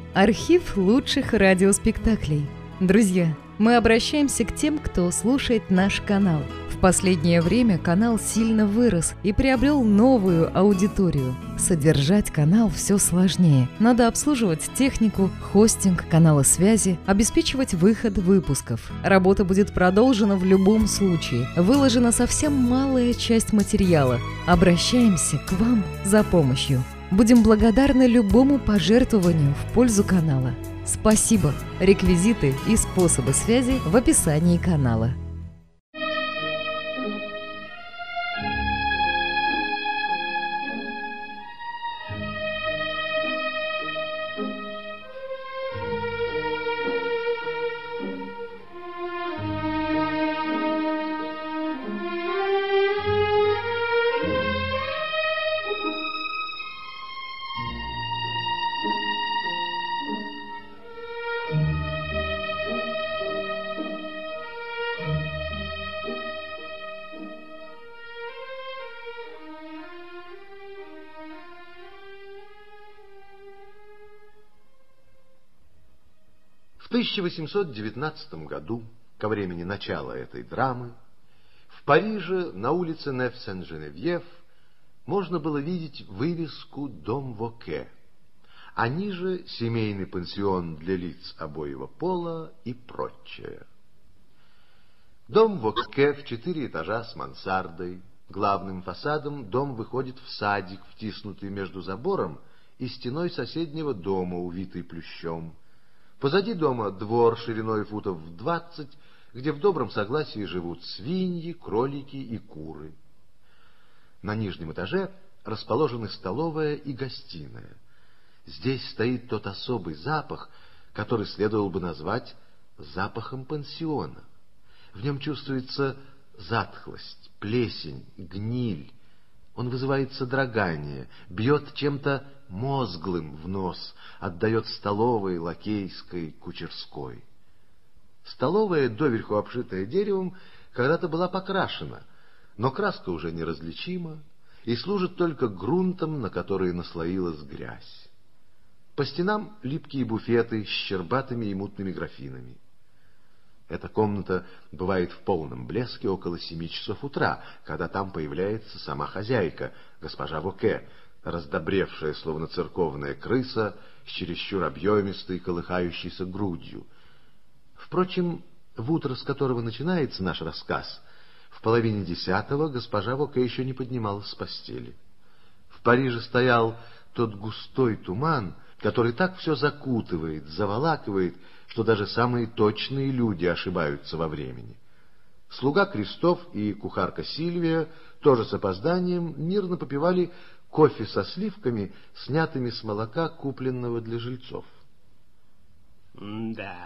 Архив лучших радиоспектаклей. Друзья, мы обращаемся к тем, кто слушает наш канал. В последнее время канал сильно вырос и приобрел новую аудиторию. Содержать канал все сложнее. Надо обслуживать технику, хостинг, каналы связи, обеспечивать выход выпусков. Работа будет продолжена в любом случае. Выложена совсем малая часть материала. Обращаемся к вам за помощью. Будем благодарны любому пожертвованию в пользу канала. Спасибо! Реквизиты и способы связи в описании канала. В 1819 году, ко времени начала этой драмы, в Париже на улице Неф-Сен-Женевьев можно было видеть вывеску «Дом Воке», а ниже «Семейный пансион для лиц обоего пола» и прочее. Дом Воке в 4 этажа с мансардой. Главным фасадом дом выходит в садик, втиснутый между забором и стеной соседнего дома, увитый плющом. Позади дома двор шириной футов в 20, где в добром согласии живут свиньи, кролики и куры. На нижнем этаже расположены столовая и гостиная. Здесь стоит тот особый запах, который следовало бы назвать запахом пансиона. В нем чувствуется затхлость, плесень, гниль. Он вызывает содрогание, бьет чем-то мозглым в нос, отдает столовой, лакейской, кучерской. Столовая, доверху обшитая деревом, когда-то была покрашена, но краска уже неразличима и служит только грунтом, на который наслоилась грязь. По стенам липкие буфеты с щербатыми и мутными графинами. Эта комната бывает в полном блеске около 7 часов утра, когда там появляется сама хозяйка, госпожа Воке, раздобревшая, словно церковная крыса, с чересчур объемистой, колыхающейся грудью. Впрочем, в утро, с которого начинается наш рассказ, в половине 10 госпожа Воке еще не поднималась с постели. В Париже стоял тот густой туман, который так все закутывает, заволакивает, что даже самые точные люди ошибаются во времени. Слуга Кристоф и кухарка Сильвия тоже с опозданием мирно попивали кофе со сливками, снятыми с молока, купленного для жильцов. Да.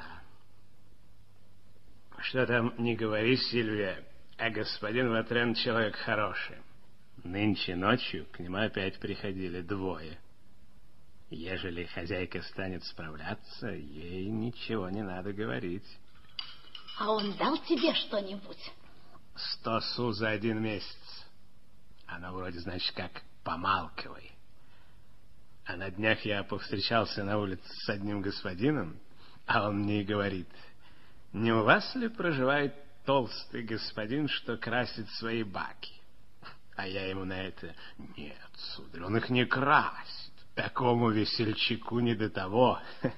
Что там не говори, Сильвия, а господин Ватрен человек хороший. Нынче ночью к нему опять приходили 2. Ежели хозяйка станет справляться, ей ничего не надо говорить. А он дал тебе что-нибудь? 100 су за 1 месяц. Оно вроде, значит, как помалкивай. А на днях я повстречался на улице с одним господином, а он мне и говорит: не у вас ли проживает толстый господин, что красит свои баки? А я ему на это: нет, сударь, он их не красит. Такому весельчаку не до того.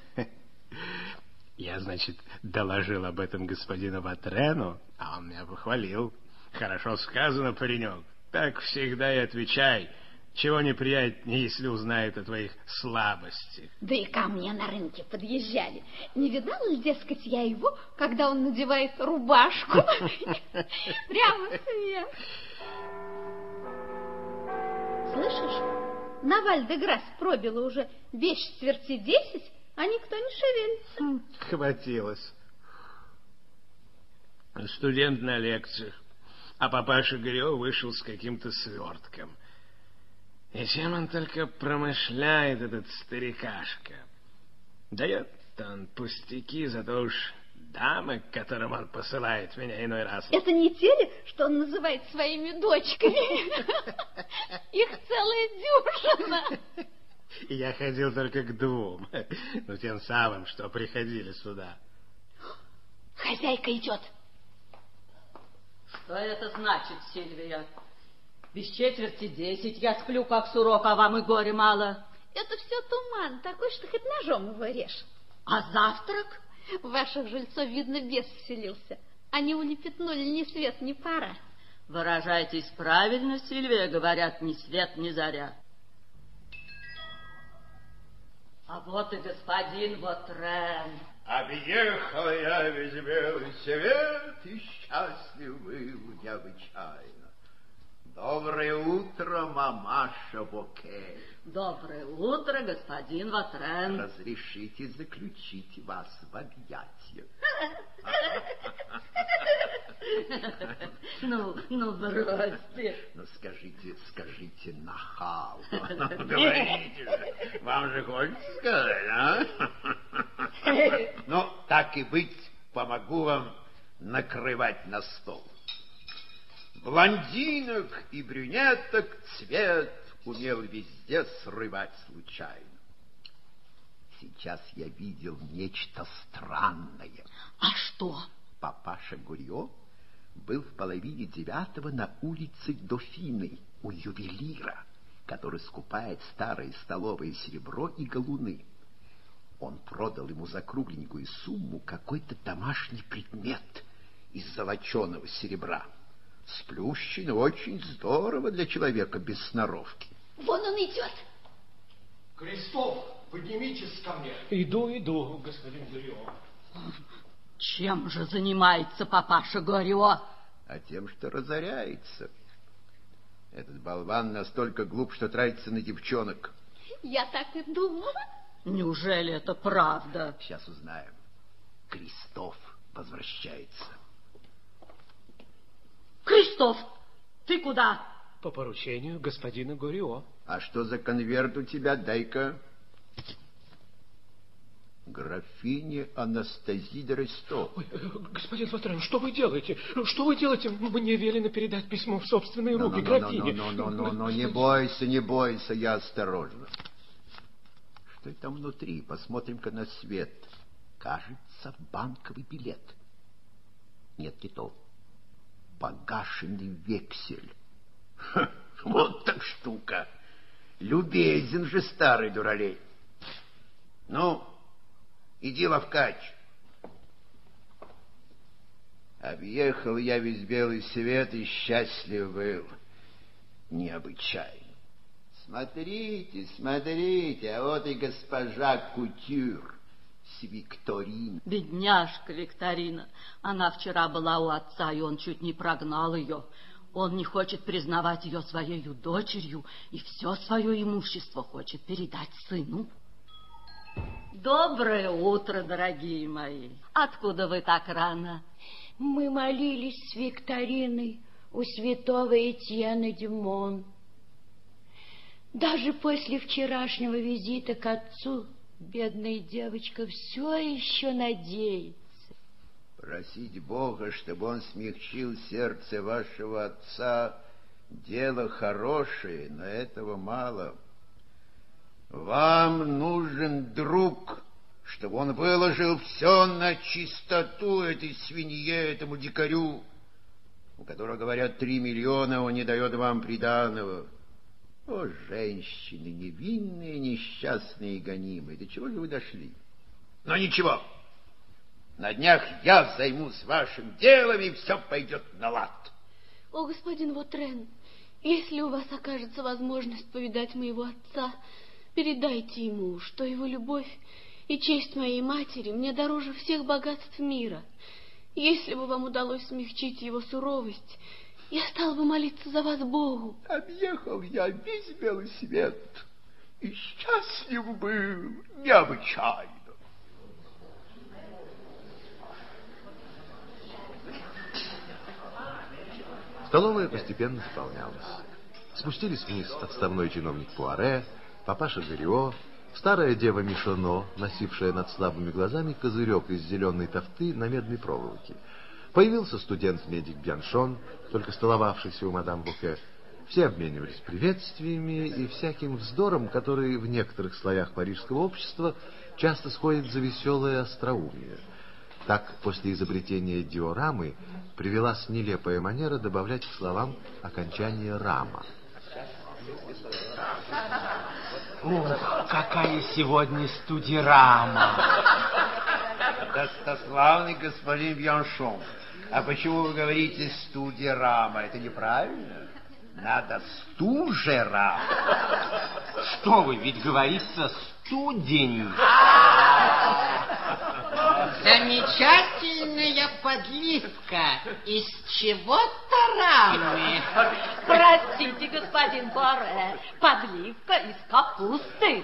Я, значит, доложил об этом господину Ватрену, а он меня похвалил. Хорошо сказано, паренек. Так всегда и отвечай. Чего неприятнее, если узнает о твоих слабостях. Да и ко мне на рынке подъезжали. Не видала ли, дескать, я его, когда он надевает рубашку? Прямо смех. Слышишь? На Валь-де-Грасс пробило уже без 9:45, а никто не шевелится. Хватилось. Студент на лекциях, а папаша Грё вышел с каким-то свертком. И чем он только промышляет, этот старикашка? Дает он пустяки, зато уж дамы, к которым он посылает меня иной раз. Это не те ли, что он называет своими дочками? Их целая дюжина. И я ходил только к 2, ну, тем самым, что приходили сюда. Хозяйка идет. Что это значит, Сильвия? Без 9:45 я сплю, как сурок, а вам и горе мало. Это все туман, такой, что хоть ножом его режь. А завтрак? В ваших жильцов, видно, бес вселился. Они улепетнули ни свет, ни пара. Выражайтесь правильно, Сильвия, говорят, ни свет, ни заря. А вот и господин Вотрен. Объехал я весь белый свет, и счастлив был необычайно. Доброе утро, мамаша Боке. Доброе утро, господин Вотрен. Разрешите заключить вас в объятия. Ну, бросьте. Ну, скажите, нахал. Говорите же, вам же хочется сказать, а? Ну, так и быть, помогу вам накрывать на стол. Блондинок и брюнеток цвет умел везде срывать случайно. Сейчас я видел нечто странное. А что? Папаша Гурьо был в половине 9 на улице Дофины у ювелира, который скупает старое столовое серебро и галуны. Он продал ему за кругленькую сумму какой-то домашний предмет из золоченого серебра. Сплющено очень здорово для человека без сноровки. Вон он идет. Крестов, поднимитесь ко мне. Иду, господин Гурьо. Чем же занимается папаша Гурьо? А тем, что разоряется. Этот болван настолько глуп, что тратится на девчонок. Я так и думала. Неужели это правда? Сейчас узнаем. Крестов возвращается. Крестов, ты куда? По поручению господина Гурьо. А что за конверт у тебя? Дай-ка. Графиня Анастасия де Ресто. Ой, господин Вотрен, что вы делаете? Что вы делаете? Мне велено передать письмо в собственные руки графине. Не бойся, я осторожно. Что это там внутри? Посмотрим-ка на свет. Кажется, банковый билет. Нет, не то. Погашенный вексель. Ха, вот так штука. Любезен же старый дуралей. Ну, иди, Лавкач. Объехал я весь белый свет и счастлив был необычайно. Смотрите, а вот и госпожа Кутюр с Викториной. Бедняжка Викторина. Она вчера была у отца, и он чуть не прогнал ее. Он не хочет признавать ее своей дочерью, и все свое имущество хочет передать сыну. Доброе утро, дорогие мои. Откуда вы так рано? Мы молились с Викториной у святого Этьена Дюмон. Даже после вчерашнего визита к отцу бедная девочка все еще надеется. Просить Бога, чтобы он смягчил сердце вашего отца, дело хорошее, но этого мало. Вам нужен друг, чтобы он выложил все на чистоту этой свинье, этому дикарю, у которого, говорят, 3 миллиона, он не дает вам приданого. О, женщины, невинные, несчастные и гонимые, до чего же вы дошли? Но ничего, на днях я займусь вашим делом, и все пойдет на лад. О, господин Вотрен, если у вас окажется возможность повидать моего отца, передайте ему, что его любовь и честь моей матери мне дороже всех богатств мира. Если бы вам удалось смягчить его суровость, я стал бы молиться за вас Богу. Объехал я весь белый свет и счастлив был необычайно. Столовая постепенно заполнялась. Спустились вниз отставной чиновник Пуаре, папаша Гурьо, старая дева Мишоно, носившая над слабыми глазами козырек из зеленой тофты на медной проволоке. Появился студент-медик Бьяншон, только столовавшийся у мадам Буке. Все обменивались приветствиями и всяким вздором, который в некоторых слоях парижского общества часто сходит за веселое остроумие. Так, после изобретения диорамы привелась нелепая манера добавлять к словам окончание «рама». Ух, какая сегодня студирама! Достославный господин Бьяншон, а почему вы говорите студирама? Это неправильно. Надо стужера. Что вы, ведь говорится студень. Замечательная подливка из чего-то рамы. Простите, господин Пуаре, подливка из капусты.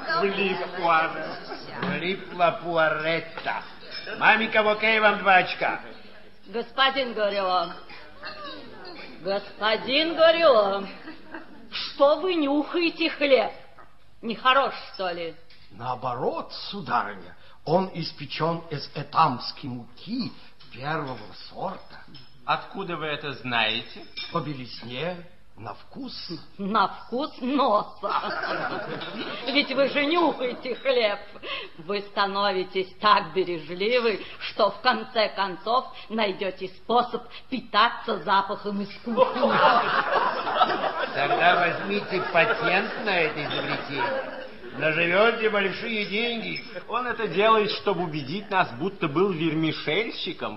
Влипла пуаретта. Маменька, в окей, вам 2 очка. Господин Гoriot, господин Goriot, что вы нюхаете хлеб? Нехорош, что ли? Наоборот, сударыня, он испечен из этамской муки первого сорта. Откуда вы это знаете? По белизне, на вкус. На вкус носа. Ведь вы же нюхаете хлеб. Вы становитесь так бережливы, что в конце концов найдете способ питаться запахом из кухни. Тогда возьмите патент на это изобретение. Наживете большие деньги. Он это делает, чтобы убедить нас, будто был вермишельщиком.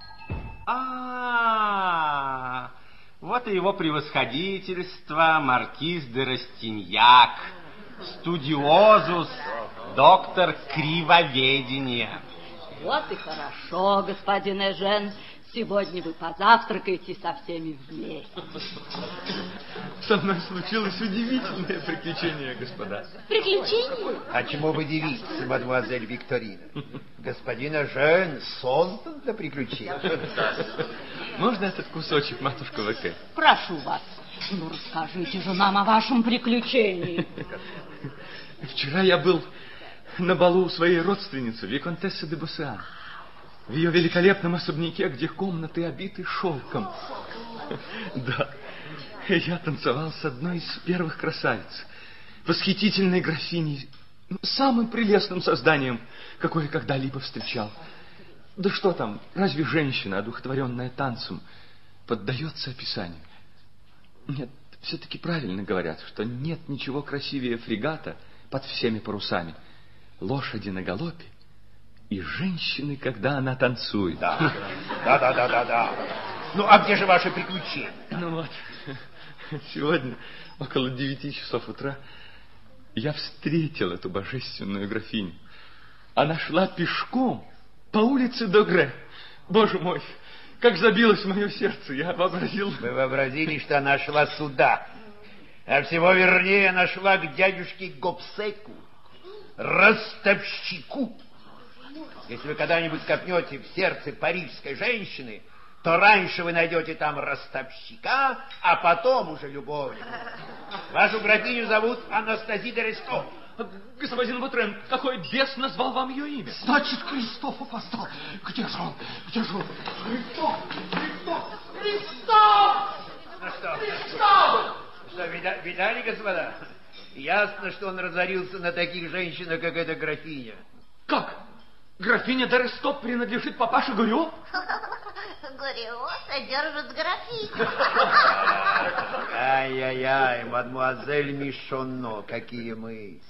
Вот и его превосходительство маркиз де Растиньяк, студиозус, доктор кривоведения. Вот и хорошо, господин Эжен. Сегодня вы позавтракаете со всеми вместе. Со мной случилось удивительное приключение, господа. Приключение? А чему вы дивитесь, мадемуазель Викторина? Господин Эжен создан для приключений. Можно этот кусочек, матушка В.К.? Прошу вас, ну расскажите же нам о вашем приключении. Вчера я был на балу у своей родственницы, виконтессы де Боссан. В ее великолепном особняке, где комнаты обиты шелком. Да, я танцевал с одной из первых красавиц, восхитительной графиней, самым прелестным созданием, какое когда-либо встречал. Да что там, разве женщина, одухотворенная танцем, поддается описанию? Нет, все-таки правильно говорят, что нет ничего красивее фрегата под всеми парусами, лошади на галопе и женщины, когда она танцует. Да. Ну, а где же ваши приключения? Ну вот, сегодня около 9 часов утра я встретил эту божественную графиню. Она шла пешком по улице Догре. Боже мой, как забилось мое сердце, я вообразил... Вы вообразили, что она шла сюда, а всего вернее она шла к дядюшке Гобсеку, ростовщику. Если вы когда-нибудь копнете в сердце парижской женщины, то раньше вы найдете там ростовщика, а потом уже любовника. Вашу графиню зовут Анастасия де Ресто. Господин Ватрен, какой бес назвал вам ее имя? Значит, Кристоф опоздал. Где же он? Где же он? Кристоф! Что, видали, господа? Ясно, что он разорился на таких женщинах, как эта графиня. Как? Графиня де Ресто принадлежит папаше Goriot? Goriot содержит графиню. Ай-яй-яй, мадемуазель Мишонно, какие мысли.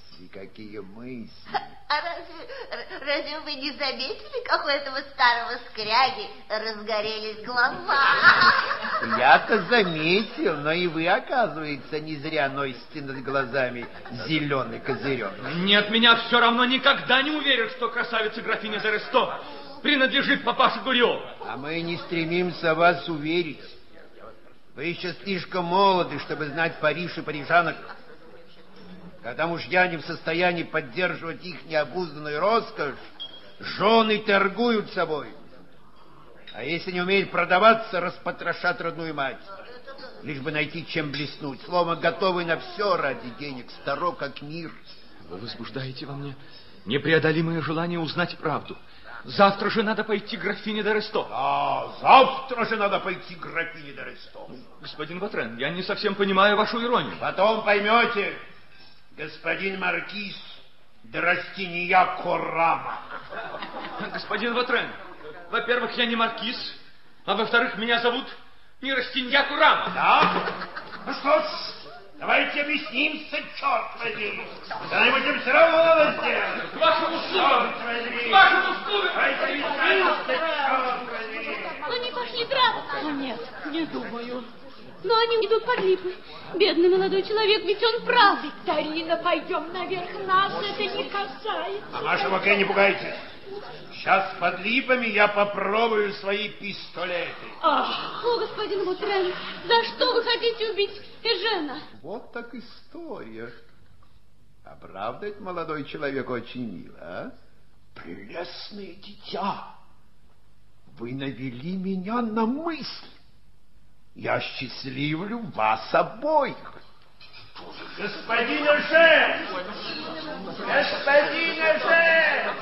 А разве вы не заметили, как у этого старого скряги разгорелись глаза? Я-то заметил, но и вы, оказывается, не зря носите над глазами зеленый козырек. Нет, меня все равно никогда не уверят, что красавица графиня де Ресто принадлежит папаше Goriot. А мы не стремимся вас уверить. Вы еще слишком молоды, чтобы знать Париж и парижанок. Когда мужья не в состоянии поддерживать их необузданную роскошь, жены торгуют собой. А если не умеют продаваться, распотрошат родную мать. Лишь бы найти чем блеснуть. Словом, готовы на все ради денег, старо как мир. Вы возбуждаете во мне непреодолимое желание узнать правду. Завтра же надо пойти к графине де Ресто. Да, завтра же надо пойти к графине де Ресто. Господин Ватрен, я не совсем понимаю вашу иронию. Потом поймете, господин маркиз де Растиньяк Корама. Господин Ватрен, во-первых, я не маркиз, а во-вторых, меня зовут не Растиньяк Корама. Да? Ну что ж, давайте объяснимся, черт возьми. Что-нибудь все равно надо сделать. К вашим услугам! К вашим услугам! Давайте объяснимся, черт возьми. Они пошли драться. О, нет, не думаю. Но они идут под липы. Бедный молодой человек, ведь он прав. Викторина, пойдем наверх, нас это не касается. А вашего К не пугайтесь. Сейчас под липами я попробую свои пистолеты. О, господин Ватрен, за что вы хотите убить Эжена? Вот так история. А правда, это молодой человек очень мил, а? Прелестное дитя, вы навели меня на мысль. Я счастливлю вас обоих. Господин Эжен! Господин Эжен!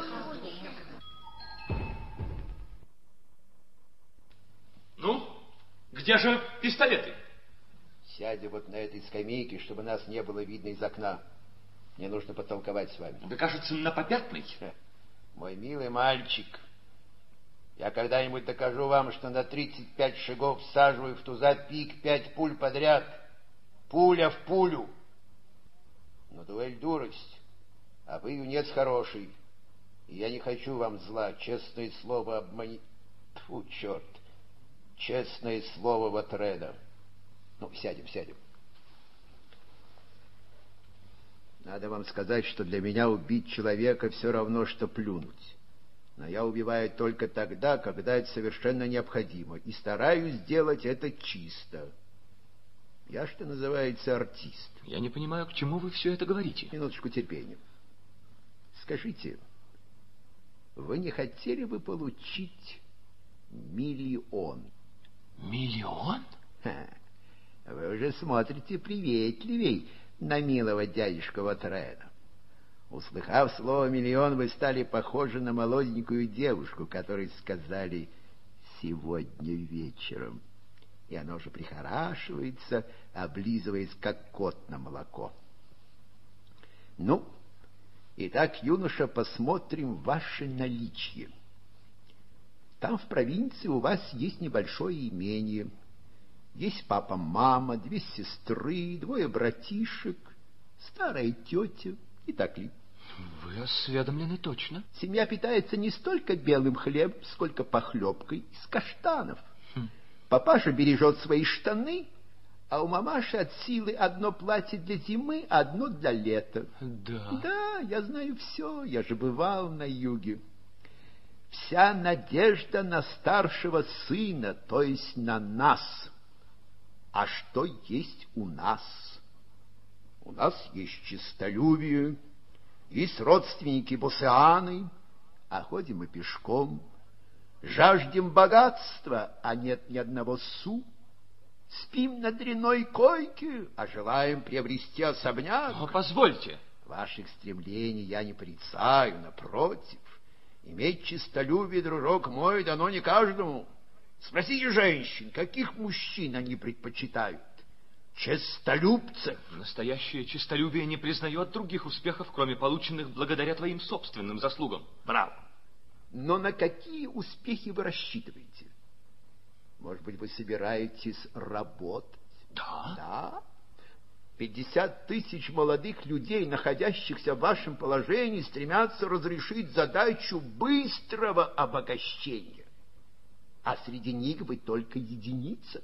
Ну, где же пистолеты? Сядем вот на этой скамейке, чтобы нас не было видно из окна. Мне нужно потолковать с вами. Вы, кажется, на попятной. Мой милый мальчик, я когда-нибудь докажу вам, что на 35 шагов всаживаю в туза пик 5 пуль подряд. Пуля в пулю. Но дуэль дурость, а вы юнец хороший. И я не хочу вам зла, честное слово обмани... Тьфу, черт. Честное слово Ватреда. Ну, сядем. Надо вам сказать, что для меня убить человека все равно, что плюнуть. Но я убиваю только тогда, когда это совершенно необходимо. И стараюсь сделать это чисто. Я, что называется, артист. Я не понимаю, к чему вы все это говорите. Минуточку терпения. Скажите, вы не хотели бы получить 1 миллион? Миллион? Вы уже смотрите приветливей на милого дядюшку Ватрена. Услыхав слово «миллион», вы стали похожи на молоденькую девушку, которой сказали «сегодня вечером». И оно же прихорашивается, облизываясь, как кот на молоко. Ну, итак, юноша, посмотрим ваше наличие. Там, в провинции, у вас есть небольшое имение. Есть папа, мама, 2 сестры, 2 братишек, старая тетя и так ли. Вы осведомлены точно. Семья питается не столько белым хлебом, сколько похлебкой из каштанов. Папаша бережет свои штаны, а у мамаши от силы одно платье для зимы, одно для лета. Да. Да, я знаю все, я же бывал на юге. Вся надежда на старшего сына, то есть на нас. А что есть у нас? У нас есть честолюбие, есть родственники Босеаны, а ходим мы пешком. Жаждем богатства, а нет ни одного су. Спим на дряной койке, а желаем приобрести особняк. Но позвольте. Ваших стремлений я не порицаю, напротив. Иметь честолюбие, дружок мой, дано не каждому. Спросите женщин, каких мужчин они предпочитают? Честолюбцев. Настоящее честолюбие не признает других успехов, кроме полученных благодаря твоим собственным заслугам. Браво. Но на какие успехи вы рассчитываете? Может быть, вы собираетесь работать? Да. Да? 50 тысяч молодых людей, находящихся в вашем положении, стремятся разрешить задачу быстрого обогащения. А среди них вы только единица.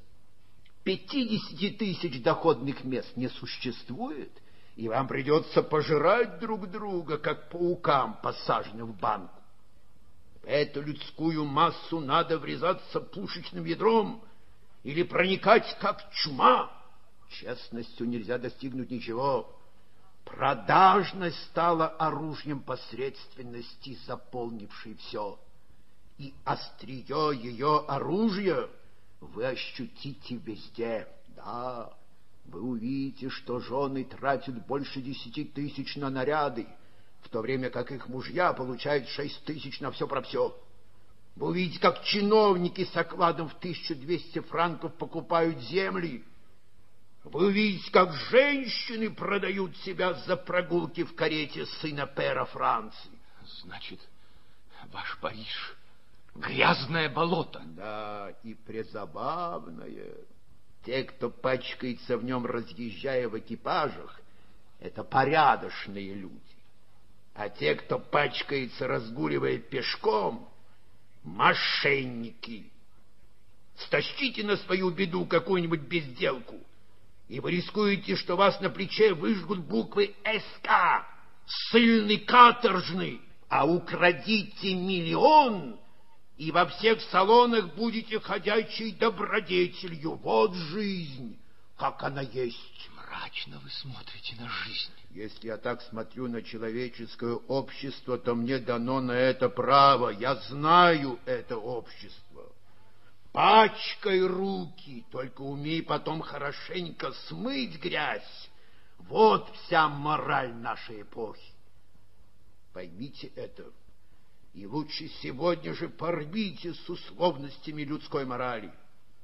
50 тысяч доходных мест не существует, и вам придется пожирать друг друга, как паукам, посаженным в банку. В эту людскую массу надо врезаться пушечным ядром или проникать, как чума. Честностью нельзя достигнуть ничего. Продажность стала оружием посредственности, заполнившей все. И острие ее оружия вы ощутите везде. Да, вы увидите, что жены тратят больше 10 тысяч на наряды, в то время как их мужья получают 6 тысяч на все про все. Вы увидите, как чиновники с окладом в 1200 франков покупают земли. Вы увидите, как женщины продают себя за прогулки в карете сына пэра Франции. Значит, ваш Париж — грязное болото. Да, и презабавное. Те, кто пачкается в нем, разъезжая в экипажах, это порядочные люди. А те, кто пачкается, разгуливая пешком, мошенники. Стащите на свою беду какую-нибудь безделку, и вы рискуете, что вас на плече выжгут буквы «СК», ссыльный каторжный, а украдите миллион, и во всех салонах будете ходячей добродетелью. Вот жизнь, как она есть. Мрачно вы смотрите на жизнь. Если я так смотрю на человеческое общество, то мне дано на это право. Я знаю это общество. Пачкай руки, только умей потом хорошенько смыть грязь. Вот вся мораль нашей эпохи. Поймите это, и лучше сегодня же порвите с условностями людской морали.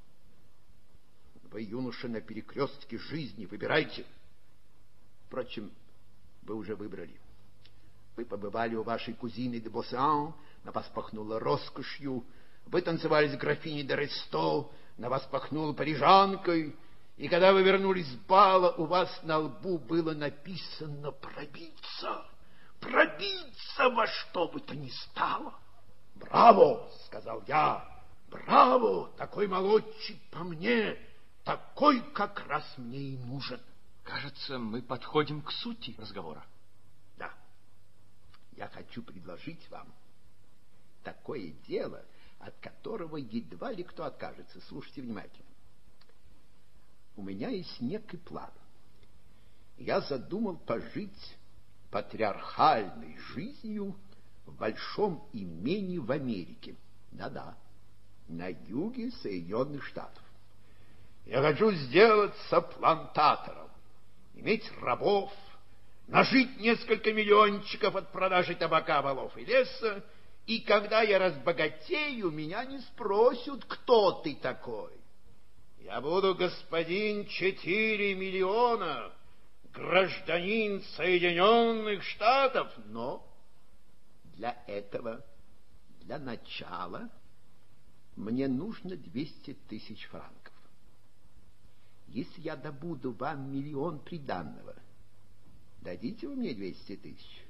Вы, юноша, на перекрестке жизни, выбирайте. Впрочем, вы уже выбрали. Вы побывали у вашей кузины де Боссан, на вас пахнуло роскошью. Вы танцевали с графиней де Ресто, на вас пахнуло парижанкой. И когда вы вернулись с бала, у вас на лбу было написано «пробиться». Пробиться во что бы то ни стало. «Браво!» — сказал я. «Браво! Такой молодчик по мне, такой как раз мне и нужен». Кажется, мы подходим к сути разговора. Да. Я хочу предложить вам такое дело, от которого едва ли кто откажется. Слушайте внимательно. У меня есть некий план. Я задумал пожить патриархальной жизнью в большом имении в Америке. Да-да, на юге Соединенных Штатов. Я хочу сделаться плантатором, иметь рабов, нажить несколько миллиончиков от продажи табака, волов и леса, и когда я разбогатею, меня не спросят, кто ты такой. Я буду господин 4 миллиона, гражданин Соединенных Штатов. Но для этого, для начала, мне нужно 200 тысяч франков. Если я добуду вам 1 миллион приданного, дадите вы мне 200 тысяч?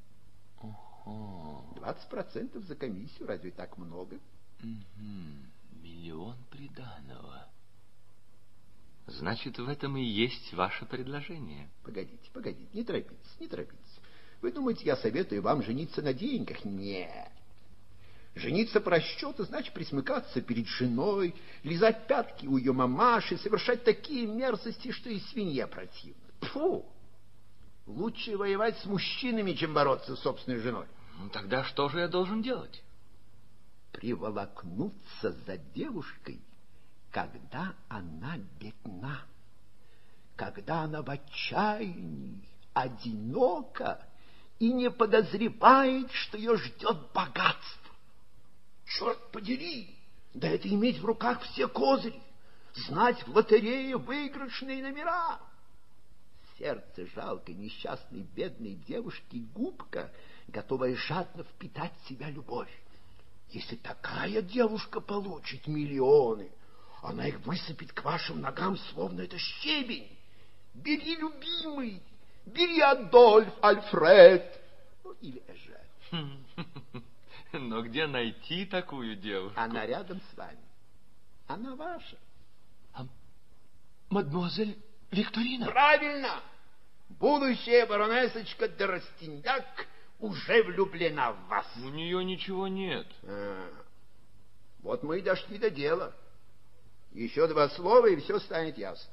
20% за комиссию, разве так много? 1 миллион приданого. Значит, в этом и есть ваше предложение. Погодите, не торопитесь. Вы думаете, я советую вам жениться на деньгах? Нет. Жениться по расчету значит присмыкаться перед женой, лизать пятки у ее мамаши, совершать такие мерзости, что и свинья противна. Фу! Лучше воевать с мужчинами, чем бороться с собственной женой. Ну, тогда что же я должен делать? Приволокнуться за девушкой, когда она бедна, когда она в отчаянии, одинока и не подозревает, что ее ждет богатство. Черт подери! Да это иметь в руках все козыри, знать в лотерее выигрышные номера. Сердце жалкой, несчастной, бедной девушки губка, готовая жадно впитать в себя любовь. Если такая девушка получит миллионы, она их высыпет к вашим ногам, словно это щебень. Бери, любимый, бери, Адольф, Альфред, ну, или Эжен. Но где найти такую девушку? Она рядом с вами. Она ваша. Мадемуазель Викторина? Правильно. Будущая баронесочка де Растиньяк уже влюблена в вас. У нее ничего нет. Вот мы и дошли до дела. Еще 2 слова, и все станет ясно.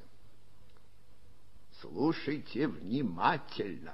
Слушайте внимательно.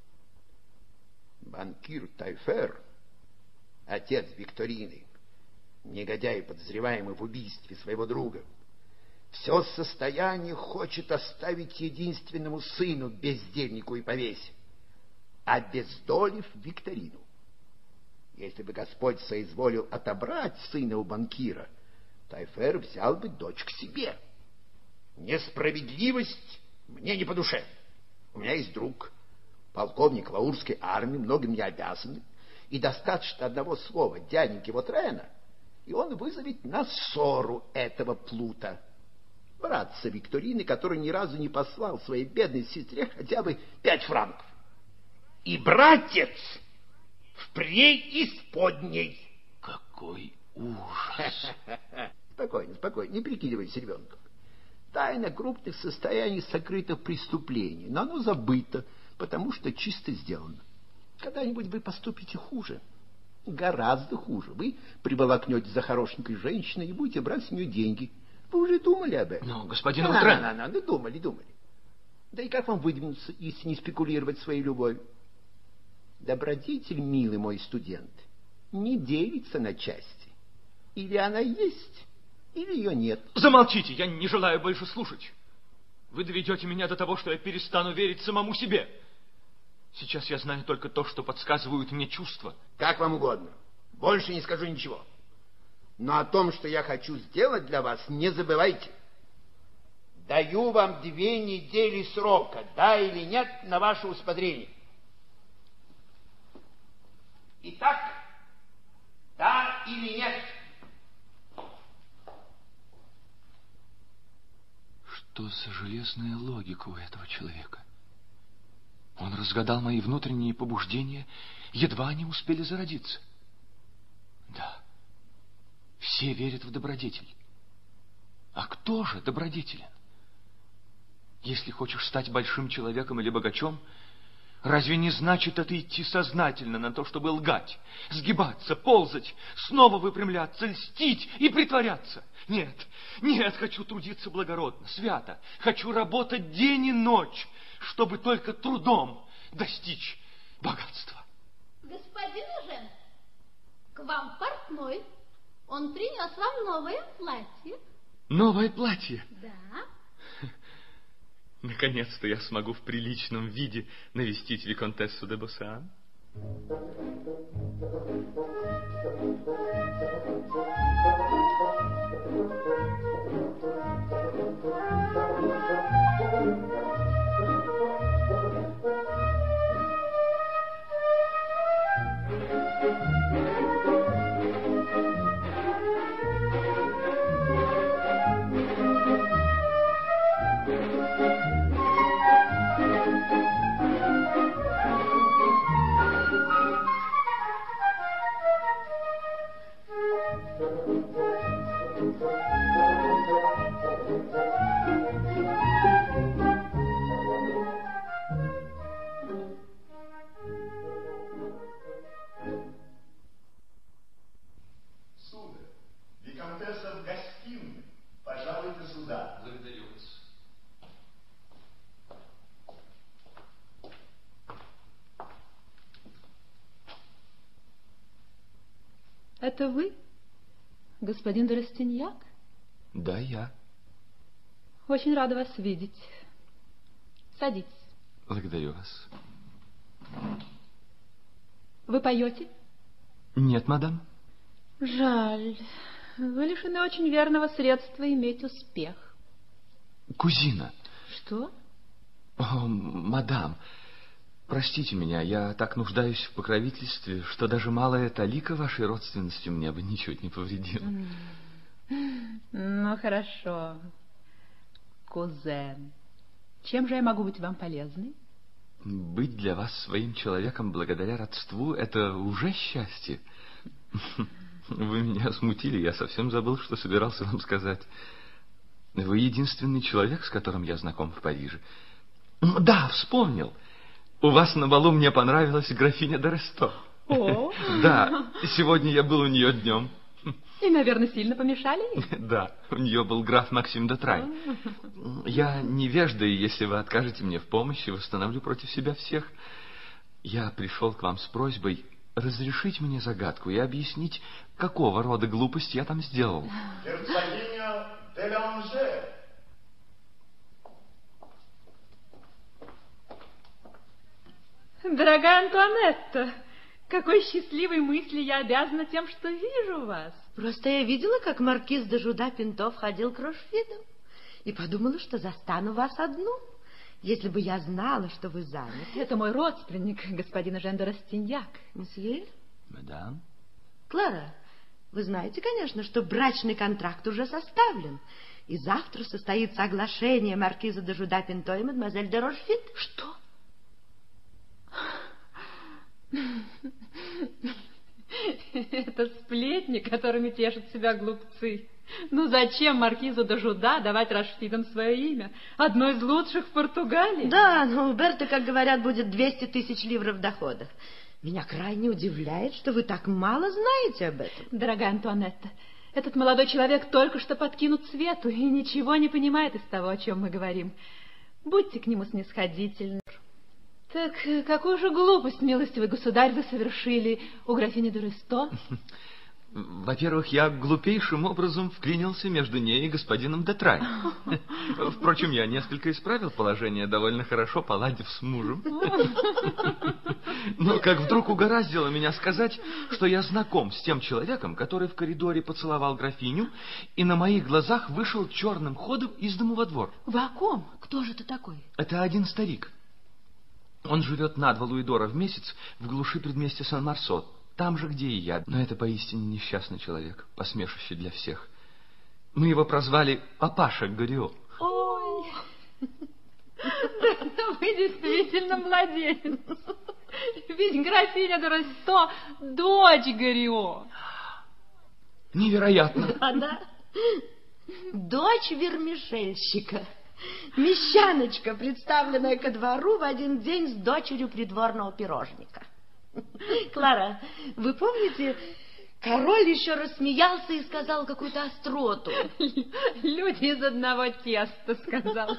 Банкир Тайфер, отец Викторины, негодяй, подозреваемый в убийстве своего друга, все состояние хочет оставить единственному сыну, бездельнику и повесе. обездолив Викторину. Если бы Господь соизволил отобрать сына у банкира, Тайфер взял бы дочь к себе. Несправедливость мне не по душе. У меня есть друг, полковник Лаурской армии, многим мне обязанный, и достаточно одного слова дяденьки Вотрена, и он вызовет на ссору этого плута, братца Викторины, который ни разу не послал своей бедной сестре хотя бы 5 франков. И братец в преисподней. Какой ужас! Спокойно, спокойно, не прикидывайся ребенком. Тайна крупных состояний сокрыта в преступлении, но оно забыто, потому что чисто сделано. Когда-нибудь вы поступите хуже, гораздо хуже. Вы приволокнете за хорошенькой женщиной и будете брать с нее деньги. Вы уже думали об этом? Но, господин Вотрен... Ну, думали. Да и как вам выдвинуться, если не спекулировать своей любовью? Добродетель, милый мой студент, не делится на части. Или она есть, или ее нет. Замолчите, я не желаю больше слушать. Вы доведете меня до того, что я перестану верить самому себе. Сейчас я знаю только то, что подсказывают мне чувства. Как вам угодно. Больше не скажу ничего. Но о том, что я хочу сделать для вас, не забывайте. Даю вам 2 недели срока, да или нет, на ваше усмотрение. Итак, да или нет? Что за железная логика у этого человека? Он разгадал мои внутренние побуждения, едва они успели зародиться. Да, все верят в добродетель. А кто же добродетелен? Если хочешь стать большим человеком или богачом, разве не значит это идти сознательно на то, чтобы лгать, сгибаться, ползать, снова выпрямляться, льстить и притворяться? Нет, хочу трудиться благородно, свято. Хочу работать день и ночь, чтобы только трудом достичь богатства. Господин Эжен, к вам портной. Он принес вам новое платье. Новое платье? Да. Наконец-то я смогу в приличном виде навестить виконтессу де Боссан. Виконтесса в гостиной. Пожалуйте сюда. Благодарю вас. Это вы, господин де Растиньяк? Да, я. Очень рада вас видеть. Садитесь. Благодарю вас. Вы поете? Нет, мадам. Жаль. Вы лишены очень верного средства иметь успех. Кузина. Что? О, мадам, простите меня, я так нуждаюсь в покровительстве, что даже малая талика вашей родственности мне бы ничуть не повредила. Ну, хорошо. Кузен, чем же я могу быть вам полезной? Быть для вас своим человеком благодаря родству — это уже счастье. Вы меня смутили, я совсем забыл, что собирался вам сказать. Вы единственный человек, с которым я знаком в Париже. Да, вспомнил. У вас на балу мне понравилась графиня де Ресто. О! Да, сегодня я был у нее днем. И, наверное, сильно помешали ей? Да, у нее был граф Максим де Трай. Я невежда, и если вы откажете мне в помощи, восстановлю против себя всех. Я пришел к вам с просьбой разрешить мне загадку и объяснить, какого рода глупость я там сделал. Герцогиня де Ланже. Дорогая Антуанетта, какой счастливой мысли я обязана тем, что вижу вас. Просто я видела, как маркиз де Жуда-Пинто входил к Рошфиду, и подумала, что застану вас одну, если бы я знала, что вы заняты. Это мой родственник, господин Эжен де Растиньяк. Месье? Мадам? Клара, вы знаете, конечно, что брачный контракт уже составлен, и завтра состоится оглашение маркиза де Жуда-Пинто и мадемуазель де Рошфид. Что? Это сплетни, которыми тешат себя глупцы. Ну зачем маркизу де Жуда давать Рошфидам свое имя? Одно из лучших в Португалии. Да, но у Берты, как говорят, будет 200 тысяч ливров дохода. Меня крайне удивляет, что вы так мало знаете об этом. Дорогая Антуанетта, этот молодой человек только что подкинут свету и ничего не понимает из того, о чем мы говорим. Будьте к нему снисходительны. Так какую же глупость, милостивый государь, вы совершили у графини де Ристо? Во-первых, я глупейшим образом вклинился между ней и господином де Трай. Впрочем, я несколько исправил положение, довольно хорошо поладив с мужем. Но как вдруг угораздило меня сказать, что я знаком с тем человеком, который в коридоре поцеловал графиню и на моих глазах вышел черным ходом из дому во двор. Вы о ком? Кто же это такой? Это один старик. Он живет на 2 луидора в месяц в глуши предместья Сан-Марсо, там же, где и я. Но это поистине несчастный человек, посмешище для всех. Мы его прозвали Папаша Горио. Ой, вы действительно младенец. Ведь графиня де Ристо — дочь Горио. Невероятно. Да. Дочь вермишельщика. Мещаночка, представленная ко двору в один день с дочерью придворного пирожника. Клара, вы помните, король еще рассмеялся и сказал какую-то остроту. Люди из одного теста, сказал.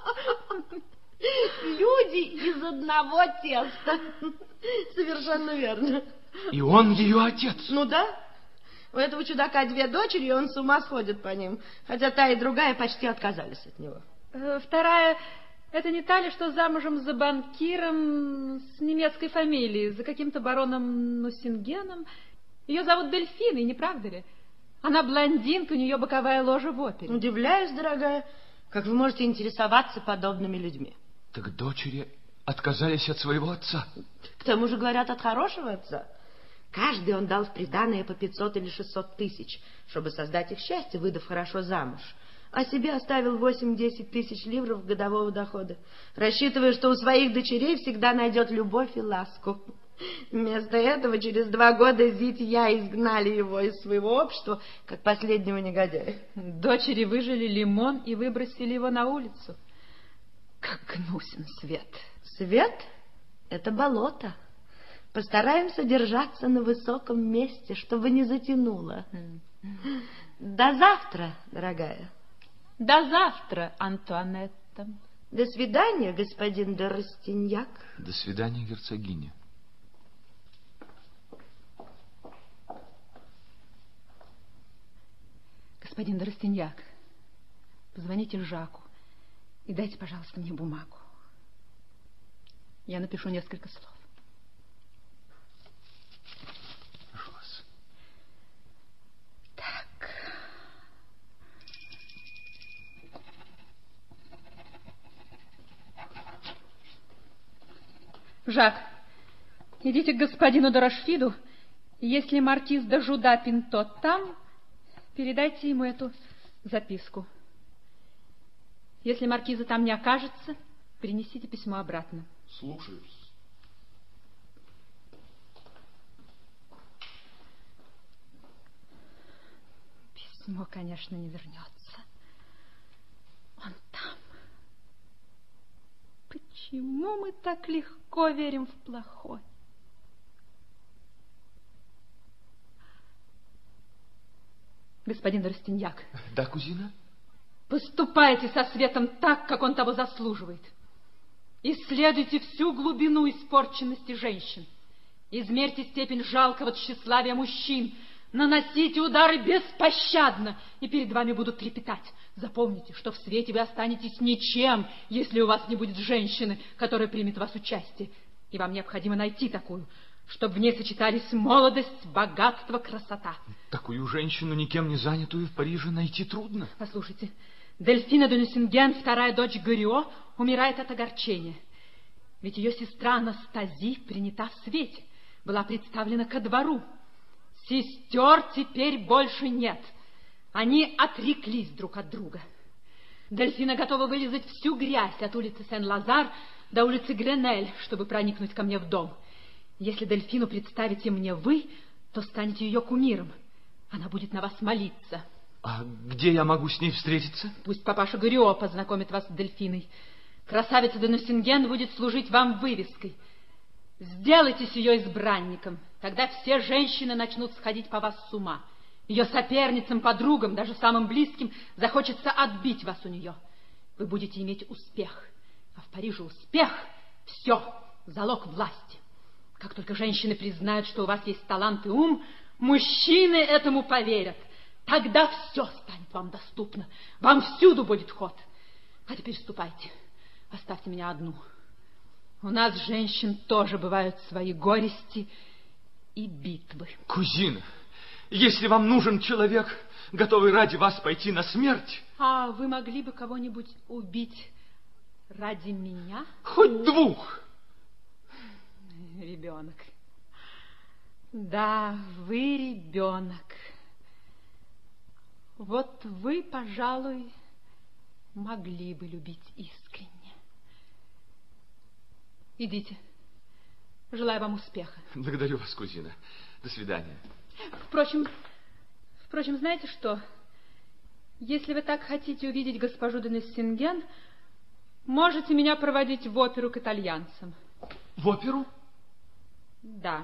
Люди из одного теста. Совершенно верно. И он ее отец. Ну да. У этого чудака 2 дочери, и он с ума сходит по ним. Хотя та и другая почти отказались от него. Вторая, это не та ли, что замужем за банкиром с немецкой фамилией, за каким-то бароном Нусингеном? Ее зовут Дельфиной, не правда ли? Она блондинка, у нее боковая ложа в опере. Удивляюсь, дорогая, как вы можете интересоваться подобными людьми. Так дочери отказались от своего отца. К тому же, говорят, от хорошего отца. Каждый он дал в приданое по 500 или 600 тысяч, чтобы создать их счастье, выдав хорошо замуж. А себе оставил 8-10 тысяч ливров годового дохода, рассчитывая, что у своих дочерей всегда найдет любовь и ласку. Вместо этого через 2 года зятья изгнали его из своего общества, как последнего негодяя. Дочери выжили лимон и выбросили его на улицу. Как гнусен свет. Свет — это болото. Постараемся держаться на высоком месте, чтобы не затянуло. До завтра, дорогая. До завтра, Антуанетта. До свидания, господин де Растиньяк. До свидания, герцогиня. Господин де Растиньяк, позвоните Жаку и дайте, пожалуйста, мне бумагу. Я напишу несколько слов. Прошу вас. Так. Жак, идите к господину де Рошфиду, и если маркиз де Жуда-Пинто там, передайте ему эту записку. Если маркиза там не окажется, принесите письмо обратно. Слушаюсь. Письмо, конечно, не вернется. Он там. Почему мы так легко верим в плохое? Господин Растиньяк. Да, кузина? Поступайте со светом так, как он того заслуживает. Исследуйте всю глубину испорченности женщин. Измерьте степень жалкого тщеславия мужчин. Наносите удары беспощадно, и перед вами будут трепетать. Запомните, что в свете вы останетесь ничем, если у вас не будет женщины, которая примет в вас участие. И вам необходимо найти такую, чтобы в ней сочетались молодость, богатство, красота. Такую женщину, никем не занятую в Париже, найти трудно. Послушайте, Дельфина де Нюсинген, вторая дочь Гoriot, умирает от огорчения. Ведь ее сестра Анастази принята в свете, была представлена ко двору. Сестер теперь больше нет. Они отреклись друг от друга. Дельфина готова вылизать всю грязь от улицы Сен-Лазар до улицы Гренель, чтобы проникнуть ко мне в дом. Если Дельфину представите мне вы, то станете ее кумиром. Она будет на вас молиться. А где я могу с ней встретиться? Пусть папаша Goriot познакомит вас с Дельфиной. Красавица де Нюсинген будет служить вам вывеской. Сделайтесь ее избранником. Тогда все женщины начнут сходить по вас с ума. Ее соперницам, подругам, даже самым близким захочется отбить вас у нее. Вы будете иметь успех. А в Париже успех – все, залог власти. Как только женщины признают, что у вас есть талант и ум, мужчины этому поверят. Тогда все станет вам доступно. Вам всюду будет ход. А теперь ступайте. Оставьте меня одну. У нас, женщин, тоже бывают свои горести и битвы. Кузина, если вам нужен человек, готовый ради вас пойти на смерть... А вы могли бы кого-нибудь убить ради меня? Хоть двух. Ребенок. Да, вы ребенок. Вот вы, пожалуй, могли бы любить искренне. Идите. Желаю вам успеха. Благодарю вас, кузина. До свидания. Впрочем, знаете что? Если вы так хотите увидеть госпожу де Нюсинген, можете меня проводить в оперу к итальянцам. В оперу? Да.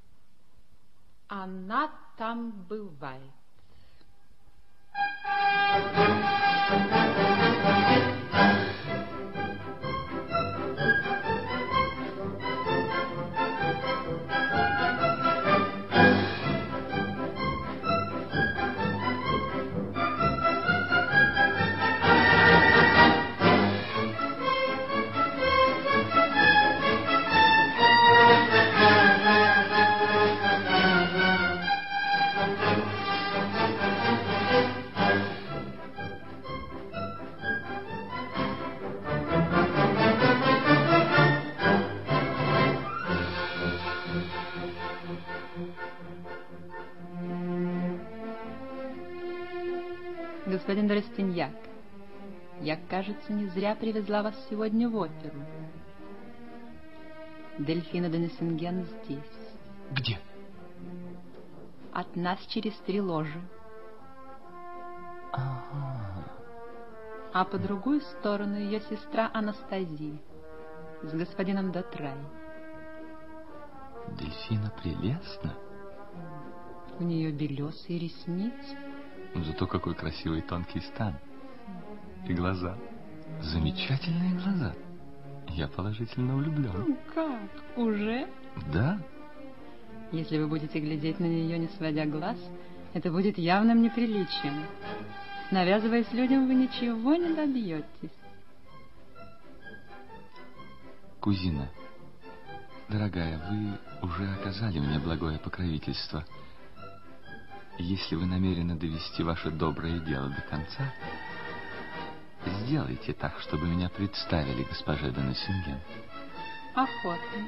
Она там бывает. Господин де Растиньяк, я, кажется, не зря привезла вас сегодня в оперу. Дельфина де Нюсинген здесь. Где? От нас через 3 ложи. Ага. А по другую сторону ее сестра Анастази с господином Дотрай. Дельфина прелестна. У нее белесые ресницы. Зато какой красивый тонкий стан. И глаза. Замечательные глаза. Я положительно влюблен. Как? Уже? Да. Если вы будете глядеть на нее, не сводя глаз, это будет явным неприличием. Навязываясь людям, вы ничего не добьетесь. Кузина, дорогая, вы уже оказали мне благое покровительство. Если вы намерены довести ваше доброе дело до конца, сделайте так, чтобы меня представили госпоже де Нюсинген. Охотно.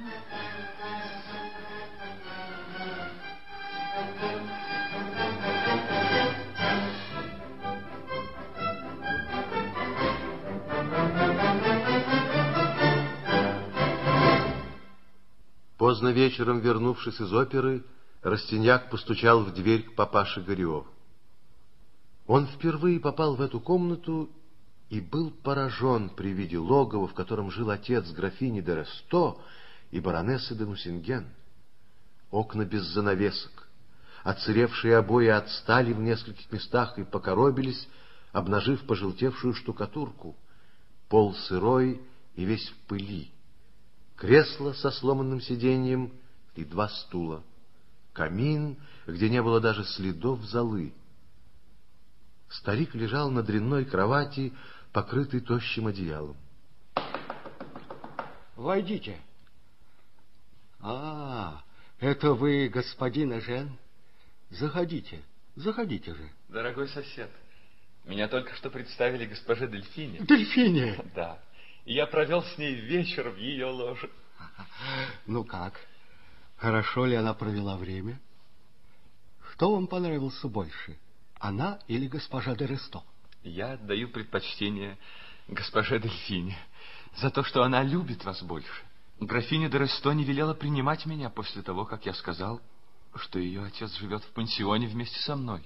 Поздно вечером, вернувшись из оперы, Растиньяк постучал в дверь к папаше Goriot. Он впервые попал в эту комнату и был поражен при виде логова, в котором жил отец графини де Ресто и баронессы де Нюсинген. Окна без занавесок, отсыревшие обои отстали в нескольких местах и покоробились, обнажив пожелтевшую штукатурку. Пол сырой и весь в пыли. Кресло со сломанным сиденьем и 2 стула. Камин, где не было даже следов золы. Старик лежал на дрянной кровати, покрытый тощим одеялом. Войдите. А, это вы, господин Эжен? Заходите, заходите же. Дорогой сосед, меня только что представили госпоже Дельфине. Дельфине? Да. И я провел с ней вечер в ее ложе. Ну как? Хорошо ли она провела время? Кто вам понравился больше, она или госпожа де Ресто? Я отдаю предпочтение госпоже Дельфине за то, что она любит вас больше. Графиня де Ресто не велела принимать меня после того, как я сказал, что ее отец живет в пансионе вместе со мной.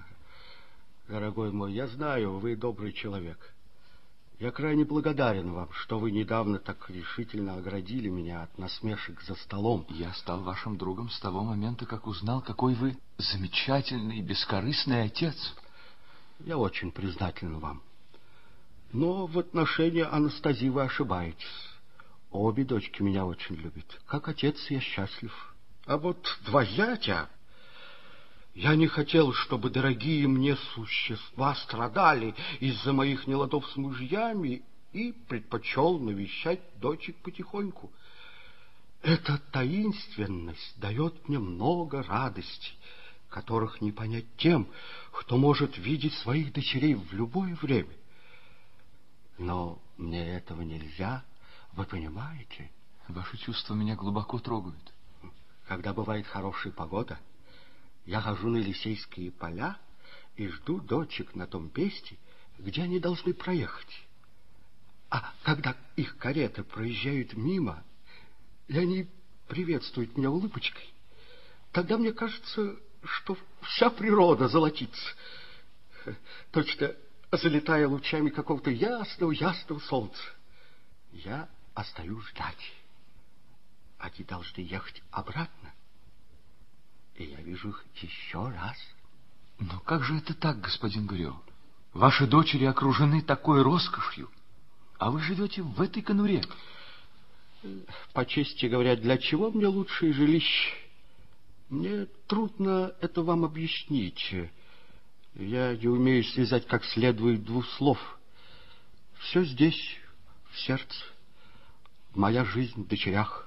Дорогой мой, я знаю, вы добрый человек. Я крайне благодарен вам, что вы недавно так решительно оградили меня от насмешек за столом. Я стал вашим другом с того момента, как узнал, какой вы замечательный и бескорыстный отец. Я очень признателен вам. Но в отношении Анастазии вы ошибаетесь. Обе дочки меня очень любят. Как отец я счастлив. А вот два зятя... Я не хотел, чтобы дорогие мне существа страдали из-за моих неладов с мужьями и предпочел навещать дочек потихоньку. Эта таинственность дает мне много радостей, которых не понять тем, кто может видеть своих дочерей в любое время. Но мне этого нельзя, вы понимаете? Ваши чувства меня глубоко трогают. Когда бывает хорошая погода, я хожу на Елисейские поля и жду дочек на том месте, где они должны проехать. А когда их кареты проезжают мимо, и они приветствуют меня улыбочкой, тогда мне кажется, что вся природа золотится, точно залетая лучами какого-то ясного солнца. Я остаюсь ждать. Они должны ехать обратно. И я вижу их еще раз. Но как же это так, господин Гурьо? Ваши дочери окружены такой роскошью, а вы живете в этой конуре. По чести говоря, для чего мне лучшее жилище? Мне трудно это вам объяснить. Я не умею связать как следует двух слов. Все здесь, в сердце. Моя жизнь в дочерях.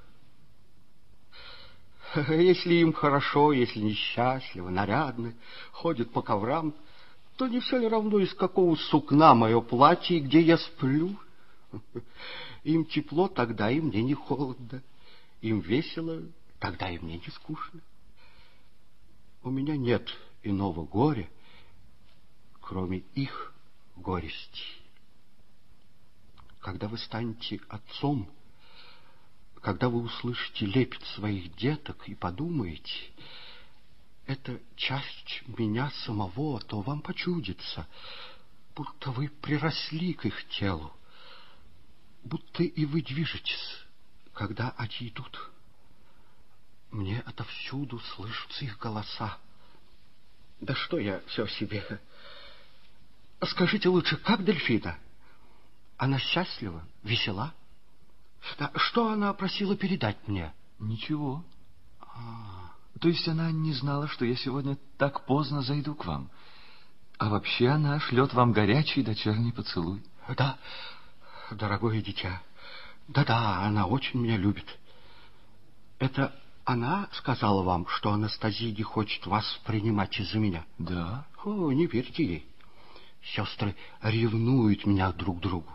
Если им хорошо, если несчастливы, нарядны, ходят по коврам, то не все ли равно, из какого сукна мое платье и где я сплю? Им тепло, тогда и мне не холодно. Им весело, тогда и мне не скучно. У меня нет иного горя, кроме их горести. Когда вы станете отцом, когда вы услышите лепет своих деток и подумаете, это часть меня самого, то вам почудится, будто вы приросли к их телу, будто и вы движетесь, когда они идут. Мне отовсюду слышатся их голоса. Да что я все себе? Скажите лучше, как Дельфина? Она счастлива, весела? Да, что она просила передать мне? Ничего. То есть она не знала, что я сегодня так поздно зайду к вам. А вообще она шлет вам горячий дочерний поцелуй. Да, дорогое дитя. Да-да, она очень меня любит. Это она сказала вам, что Анастазия не хочет вас принимать из-за меня? Да. О, не верьте ей. Сестры ревнуют меня друг к другу.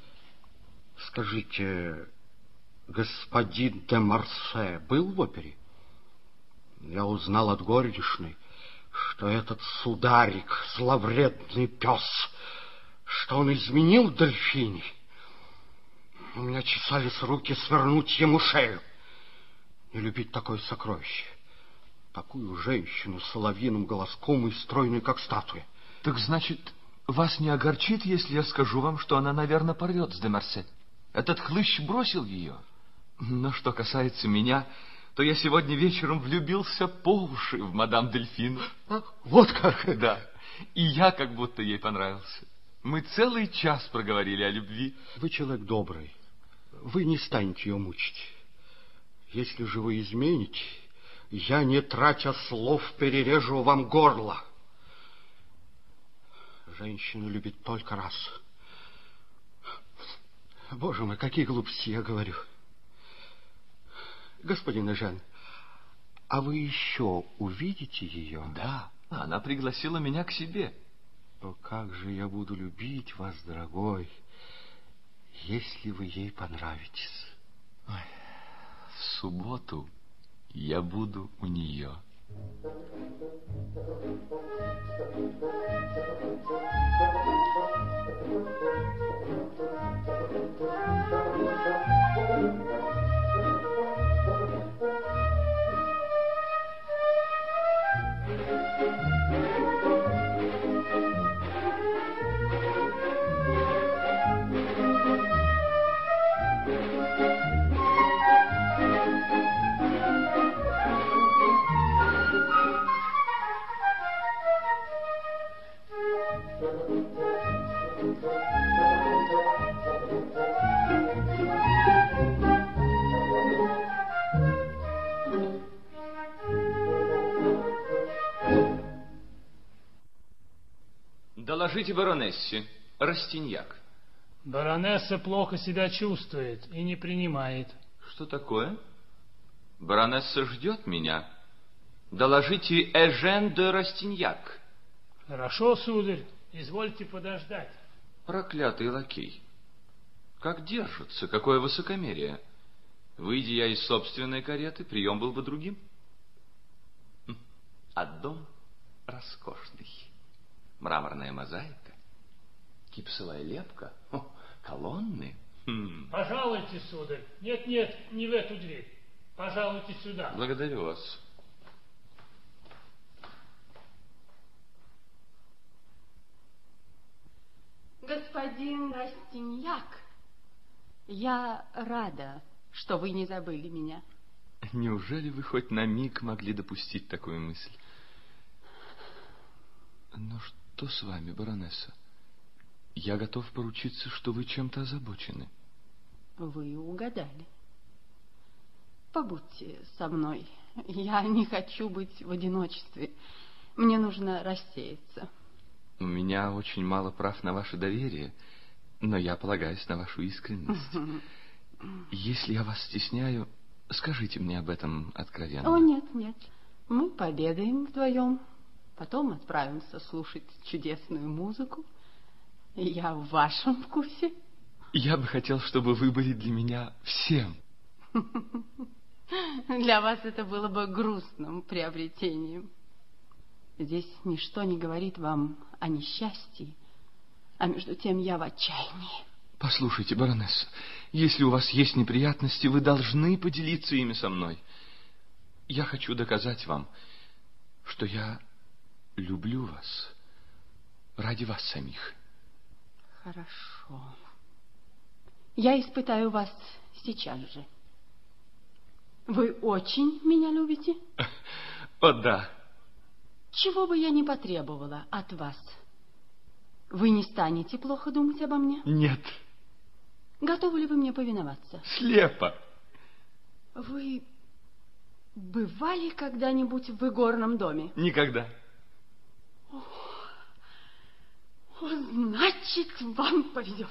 Скажите, господин де Марсе был в опере? Я узнал от горничной, что этот сударик, зловредный пес, что он изменил Дельфине. У меня чесались руки свернуть ему шею. Не любить такое сокровище, такую женщину с соловьиным голоском и стройной, как статуя. Так значит, вас не огорчит, если я скажу вам, что она, наверное, порвет с де Марсе? Этот хлыщ бросил ее. Но что касается меня, то я сегодня вечером влюбился по уши в мадам Дельфину. Вот как? Да. И я как будто ей понравился. Мы целый час проговорили о любви. Вы человек добрый. Вы не станете ее мучить. Если же вы измените, я, не тратя слов, перережу вам горло. Женщина любит только раз. Боже мой, какие глупости я говорю. Господин Эжен, а вы еще увидите ее? Да, она пригласила меня к себе. О, как же я буду любить вас, дорогой, если вы ей понравитесь. Ой, в субботу я буду у нее. Доложите баронессе, Растиньяк. Баронесса плохо себя чувствует и не принимает. Что такое? Баронесса ждет меня. Доложите Эжен де Растиньяк. Хорошо, сударь, извольте подождать. Проклятый лакей. Как держится, какое высокомерие. Выйдя я из собственной кареты, прием был бы другим. А дом роскошный. Мраморная мозаика, гипсовая лепка, колонны. Пожалуйте, сударь. Нет, не в эту дверь. Пожалуйте сюда. Благодарю вас. Господин Растиньяк, я рада, что вы не забыли меня. Неужели вы хоть на миг могли допустить такую мысль? Но что с вами, баронесса? Я готов поручиться, что вы чем-то озабочены. Вы угадали. Побудьте со мной. Я не хочу быть в одиночестве. Мне нужно рассеяться. У меня очень мало прав на ваше доверие, но я полагаюсь на вашу искренность. Если я вас стесняю, скажите мне об этом откровенно. О, нет. Мы пообедаем вдвоем. Потом отправимся слушать чудесную музыку. Я в вашем вкусе. Я бы хотел, чтобы вы были для меня всем. Для вас это было бы грустным приобретением. Здесь ничто не говорит вам о несчастье, а между тем я в отчаянии. Послушайте, баронесса, если у вас есть неприятности, вы должны поделиться ими со мной. Я хочу доказать вам, что я люблю вас ради вас самих. Хорошо. Я испытаю вас сейчас же. Вы очень меня любите? О, да. Чего бы я ни потребовала от вас, вы не станете плохо думать обо мне? Нет. Готовы ли вы мне повиноваться? Слепо. Вы бывали когда-нибудь в игорном доме? Никогда. Значит, вам повезет.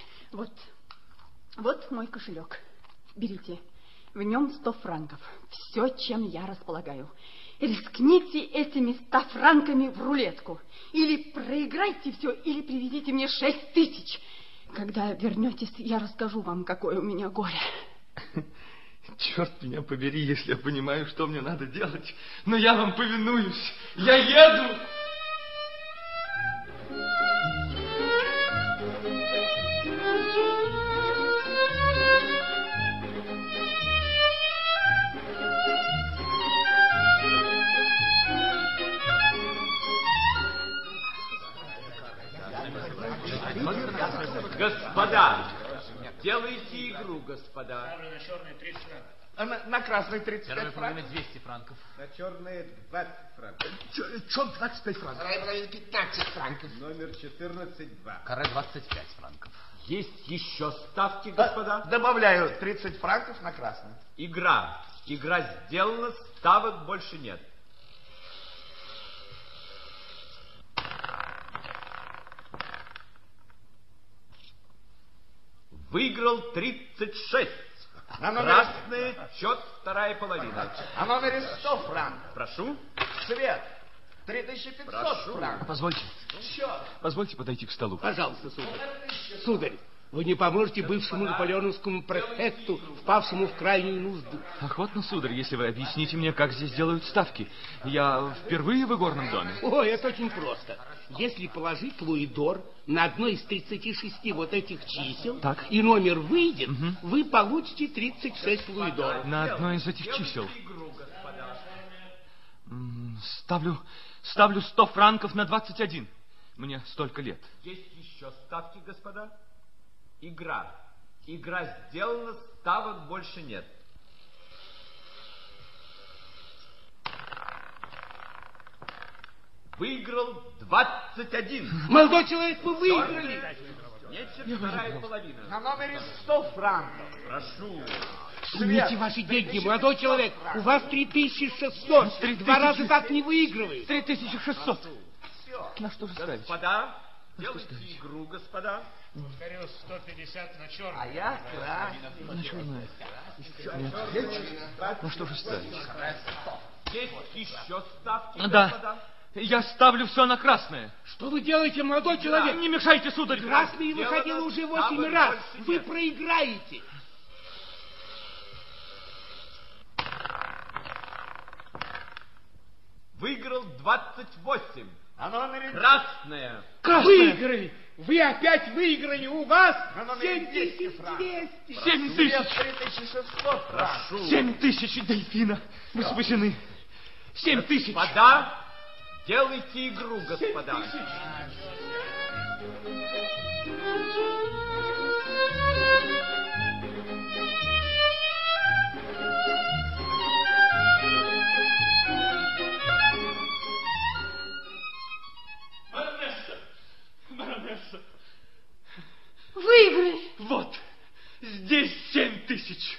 Вот мой кошелек. Берите. В нем 100 франков. Все, чем я располагаю. Рискните этими 100 франками в рулетку. Или проиграйте все, или привезите мне 6000. Когда вернетесь, я расскажу вам, какое у меня горе. Черт меня побери, если я понимаю, что мне надо делать. Но я вам повинуюсь. Я еду. Господа, делайте игру, господа. На черный 30 франков. На красный 35 франков. 200 франков. На черные 20 франков. Чон 25 франков. Рай 15 франков. Номер 14-2. Каре 25 франков. Есть еще ставки, господа? Добавляю 30 франков на красный. Игра. Игра сделана, ставок больше нет. Выиграл 36. На номере... Красный, счет, вторая половина. На номере 100 франков. Прошу. Цвет. 3500 франков. Позвольте подойти к столу. Пожалуйста, сударь. Сударь, вы не поможете бывшему наполеоновскому префекту, впавшему в крайнюю нужду? Охотно, сударь, если вы объясните мне, как здесь делают ставки. Я впервые в игорном доме. Ой, это очень просто. Если положить луидор на одно из 36 вот этих чисел, так, и номер выйдет, вы получите 36 луидоров. На одно из этих чисел? Ставлю 100 франков на 21. Мне столько лет. Есть еще ставки, господа? Игра. Игра сделана, ставок больше нет. Выиграл 21. Молодой человек, вы выиграли. Нечет, вторая половина. На номере 100 франков. Прошу. Снимите ваши деньги, молодой человек. У вас 3600. Два раза так не выигрывает. 3600. На что же ставить? Господа, делайте игру, господа. Повторю, 150 на черный. А я красный. На черное. На что же ставить? Есть еще ставки, да. господа. Я ставлю все на красное. Что вы делаете, молодой человек? Не мешайте, сударь. Красный выходил уже 8 раз. Вы проиграете. Выиграл 28. На номере... Красная. Выиграли. Вы опять выиграли. У вас на номере 7200. 7000. 3600. Прошу. 7000, Дельфина. Вы спасены. 7000. Господа, делайте игру, господа. Баронесса. Выиграли. Вот. Здесь 7000.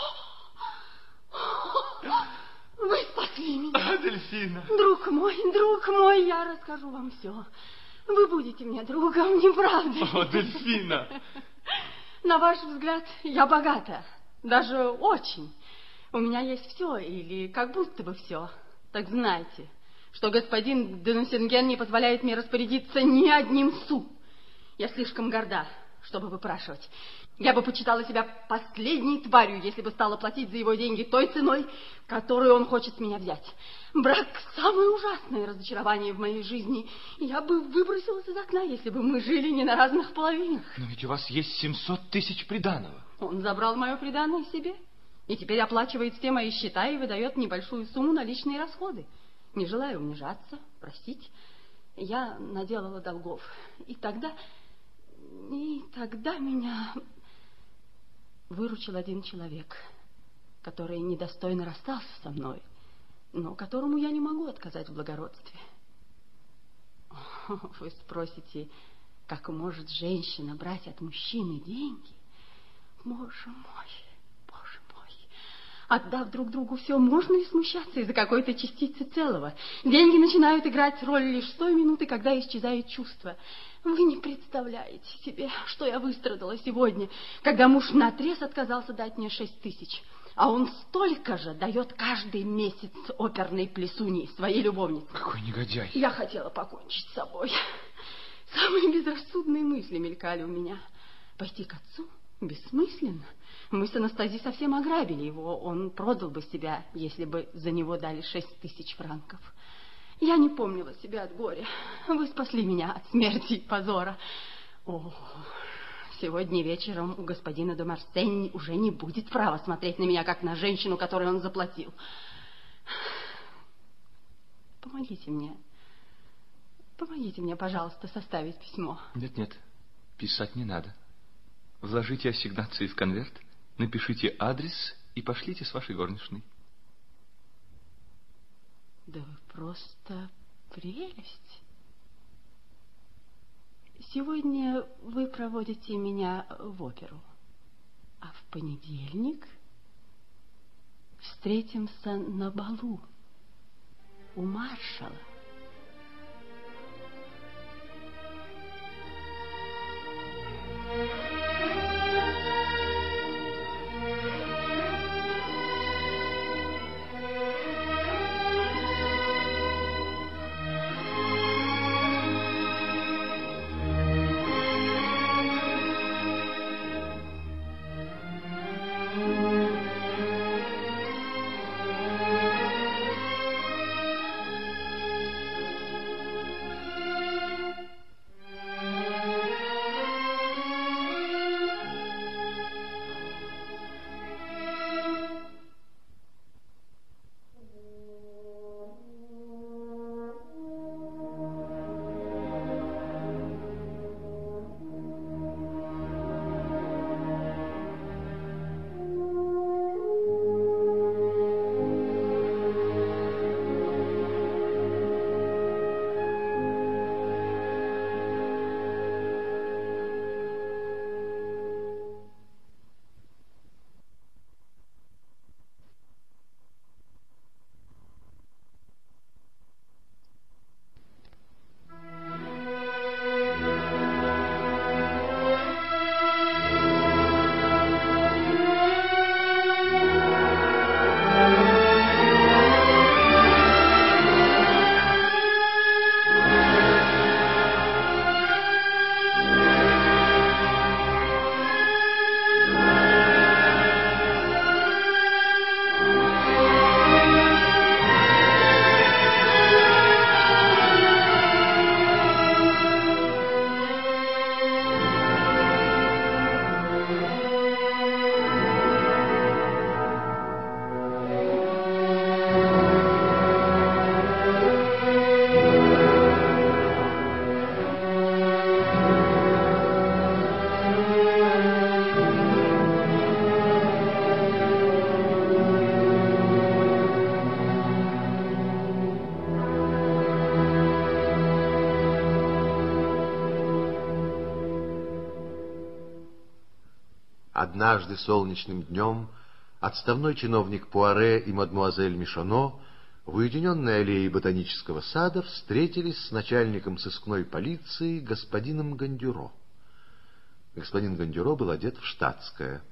Вы спасли меня. Дельфина. Друг мой, я расскажу вам все. Вы будете мне другом, не правда ли? О, Дельфина. На ваш взгляд, я богата. Даже очень. У меня есть все, или как будто бы все. Так знайте, что господин де Нусинген не позволяет мне распорядиться ни одним су. Я слишком горда, чтобы выпрашивать. Я бы почитала себя последней тварью, если бы стала платить за его деньги той ценой, которую он хочет с меня взять. Брак – самое ужасное разочарование в моей жизни. Я бы выбросилась из окна, если бы мы жили не на разных половинах. Но ведь у вас есть 700 000 приданого. Он забрал мое приданое себе и теперь оплачивает все мои счета и выдает небольшую сумму на личные расходы. Не желая унижаться, просить, я наделала долгов. И тогда меня выручил один человек, который недостойно расстался со мной, но которому я не могу отказать в благородстве. Вы спросите, как может женщина брать от мужчины деньги? Боже мой, отдав друг другу все, можно ли смущаться из-за какой-то частицы целого? Деньги начинают играть роль лишь с той минуты, когда исчезает чувство. Вы не представляете себе, что я выстрадала сегодня, когда муж наотрез отказался дать мне 6000, а он столько же дает каждый месяц оперной плесуни своей любовнице. Какой негодяй. Я хотела покончить с собой. Самые безрассудные мысли мелькали у меня. Пойти к отцу? Бессмысленно. Мы с Анастазией совсем ограбили его. Он продал бы себя, если бы за него дали 6000 франков. Я не помнила себя от горя. Вы спасли меня от смерти и позора. О, сегодня вечером у господина де Марсень уже не будет права смотреть на меня, как на женщину, которой он заплатил. Помогите мне, пожалуйста, составить письмо. Нет, писать не надо. Вложите ассигнации в конверт, напишите адрес и пошлите с вашей горничной. Да вы просто прелесть. Сегодня вы проводите меня в оперу, а в понедельник встретимся на балу у маршала. Однажды солнечным днем отставной чиновник Пуаре и мадмуазель Мишоно в уединенной аллее ботанического сада встретились с начальником сыскной полиции господином Гандюро. Господин Гандюро был одет в штатское.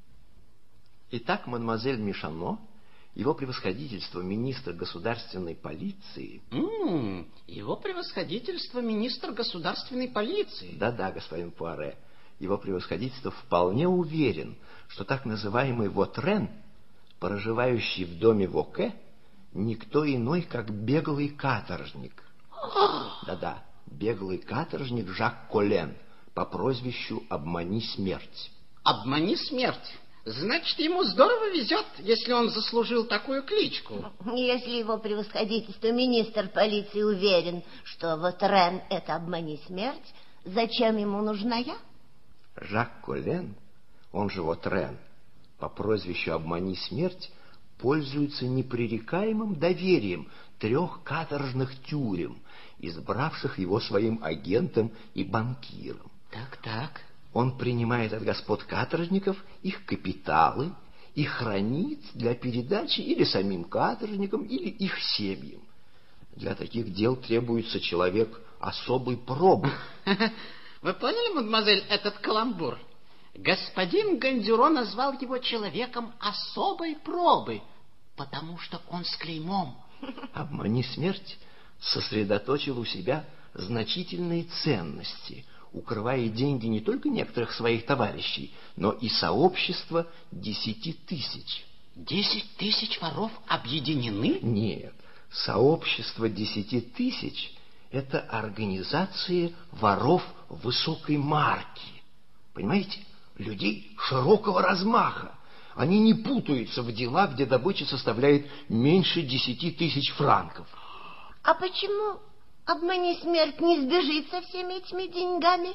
Итак, мадемуазель Мишоно, его превосходительство министр государственной полиции... Его превосходительство министр государственной полиции. Да-да, господин Пуаре. Его превосходительство вполне уверен, что так называемый Вотрен, проживающий в доме Воке, никто иной, как беглый каторжник. Да-да, беглый каторжник Жак Колен по прозвищу «Обмани смерть». «Обмани смерть». Значит, ему здорово везет, если он заслужил такую кличку. Если его превосходительство министр полиции уверен, что вот Рен — это «Обмани смерть», зачем ему нужна я? Жак Колен, он же вот Рен, по прозвищу «Обмани смерть», пользуется непререкаемым доверием 3 каторжных тюрем, избравших его своим агентом и банкиром. Так. Он принимает от господ каторжников их капиталы и хранит для передачи или самим каторжникам, или их семьям. Для таких дел требуется человек особой пробы. Вы поняли, мадемуазель, этот каламбур? Господин Гандюро назвал его человеком особой пробы, потому что он с клеймом. «Обмани смерть» сосредоточил у себя значительные ценности, укрывая деньги не только некоторых своих товарищей, но и сообщество 10 тысяч. 10 тысяч воров объединены? Нет, сообщество 10 тысяч — это организация воров высокой марки. Понимаете? Людей широкого размаха. Они не путаются в делах, где добыча составляет меньше 10 тысяч франков. А почему «Обмани смерть» не сбежит со всеми этими деньгами?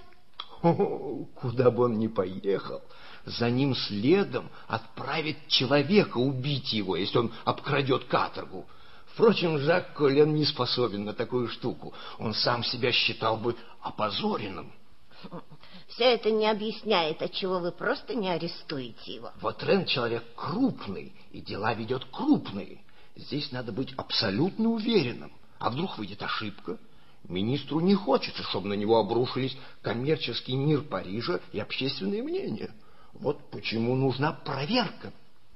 Куда бы он ни поехал, за ним следом отправит человека убить его, если он обкрадет каторгу. Впрочем, Жак Колен не способен на такую штуку. Он сам себя считал бы опозоренным. Все это не объясняет, отчего вы просто не арестуете его. Вотрен человек крупный, и дела ведет крупные. Здесь надо быть абсолютно уверенным. А вдруг выйдет ошибка? Министру не хочется, чтобы на него обрушились коммерческий мир Парижа и общественное мнение. Вот почему нужна проверка.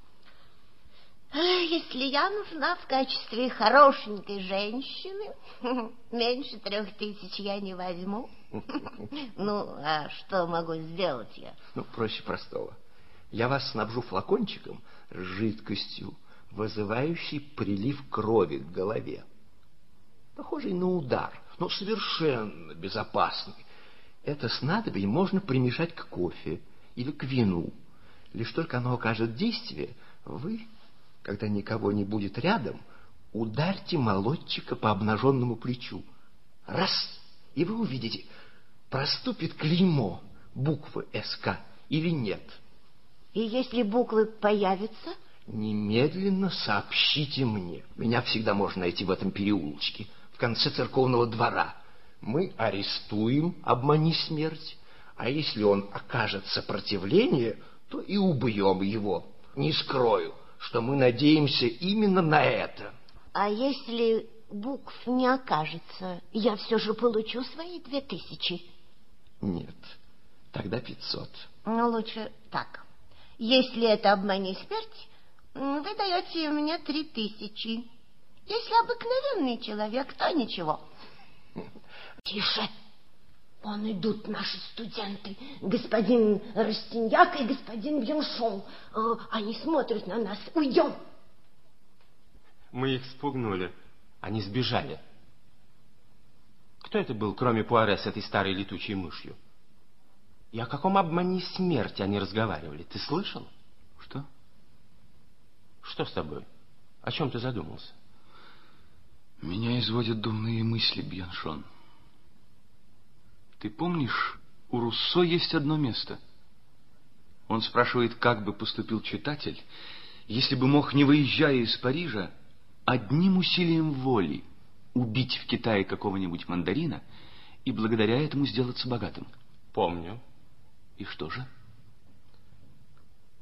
Если я нужна в качестве хорошенькой женщины, меньше 3000 я не возьму. Ну, а что могу сделать я? Ну, проще простого. Я вас снабжу флакончиком с жидкостью, вызывающей прилив крови к голове. Похожий на удар, но совершенно безопасный. Это снадобье можно примешать к кофе или к вину. Лишь только оно окажет действие, вы, когда никого не будет рядом, ударьте молодчика по обнаженному плечу. Раз, и вы увидите, проступит клеймо буквы СК или нет. И если буквы появятся? Немедленно сообщите мне. Меня всегда можно найти в этом переулочке, в конце церковного двора. Мы арестуем «Обмани смерть», а если он окажет сопротивление, то и убьем его. Не скрою, что мы надеемся именно на это. А если букв не окажется, я все же получу свои 2000? Нет, тогда 500. Ну, лучше так. Если это «Обмани смерть», вы даете мне 3000. Если обыкновенный человек, то ничего. Тише! Вон идут наши студенты, господин Растиньяк и господин Бьеншон. Они смотрят на нас. Уйдем! Мы их спугнули. Они сбежали. Кто это был, кроме Пуаре, с этой старой летучей мышью? И о каком «Обмани смерти» они разговаривали? Ты слышал? Что? Что с тобой? О чем ты задумался? Меня изводят дурные мысли, Бьеншон. Ты помнишь, у Руссо есть одно место. Он спрашивает, как бы поступил читатель, если бы мог, не выезжая из Парижа, одним усилием воли убить в Китае какого-нибудь мандарина и благодаря этому сделаться богатым. Помню. И что же?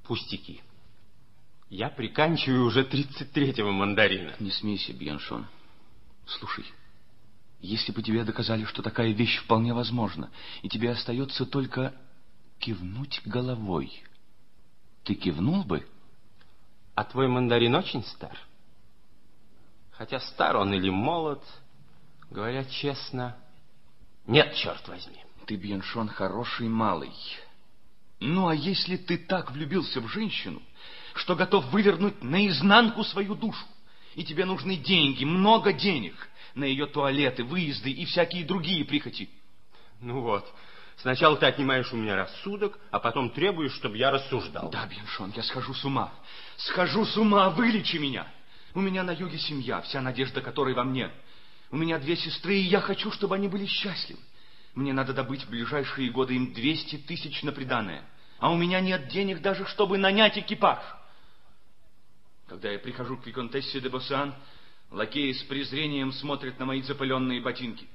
Пустяки. Я приканчиваю уже 33-го мандарина. Не смейся, Бьеншон. Слушай, если бы тебе доказали, что такая вещь вполне возможна, и тебе остается только кивнуть головой, ты кивнул бы? А твой мандарин очень стар. Хотя стар он или молод, говоря честно, нет, черт возьми. Ты, Бьеншон, хороший малый. Ну, а если ты так влюбился в женщину, что готов вывернуть наизнанку свою душу, и тебе нужны деньги, много денег, на ее туалеты, выезды и всякие другие прихоти? Ну вот, сначала ты отнимаешь у меня рассудок, а потом требуешь, чтобы я рассуждал. Да, Бьеншон, я схожу с ума. Схожу с ума, вылечи меня. У меня на юге семья, вся надежда которой во мне. У меня 2 сестры, и я хочу, чтобы они были счастливы. Мне надо добыть в ближайшие годы им 200 тысяч на приданое. А у меня нет денег даже, чтобы нанять экипаж. Когда я прихожу к виконтессе де Боссан, лакеи с презрением смотрят на мои запыленные ботинки.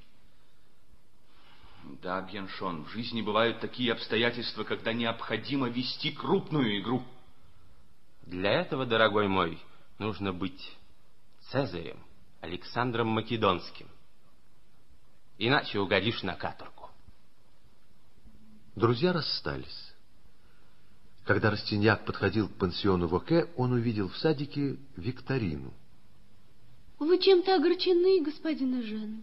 Да, Бьеншон, в жизни бывают такие обстоятельства, когда необходимо вести крупную игру. Для этого, дорогой мой, нужно быть Цезарем, Александром Македонским. Иначе угодишь на каторгу. Друзья расстались. Когда Растиньяк подходил к пансиону Воке, он увидел в садике Викторину. Вы чем-то огорчены, господин Эжен?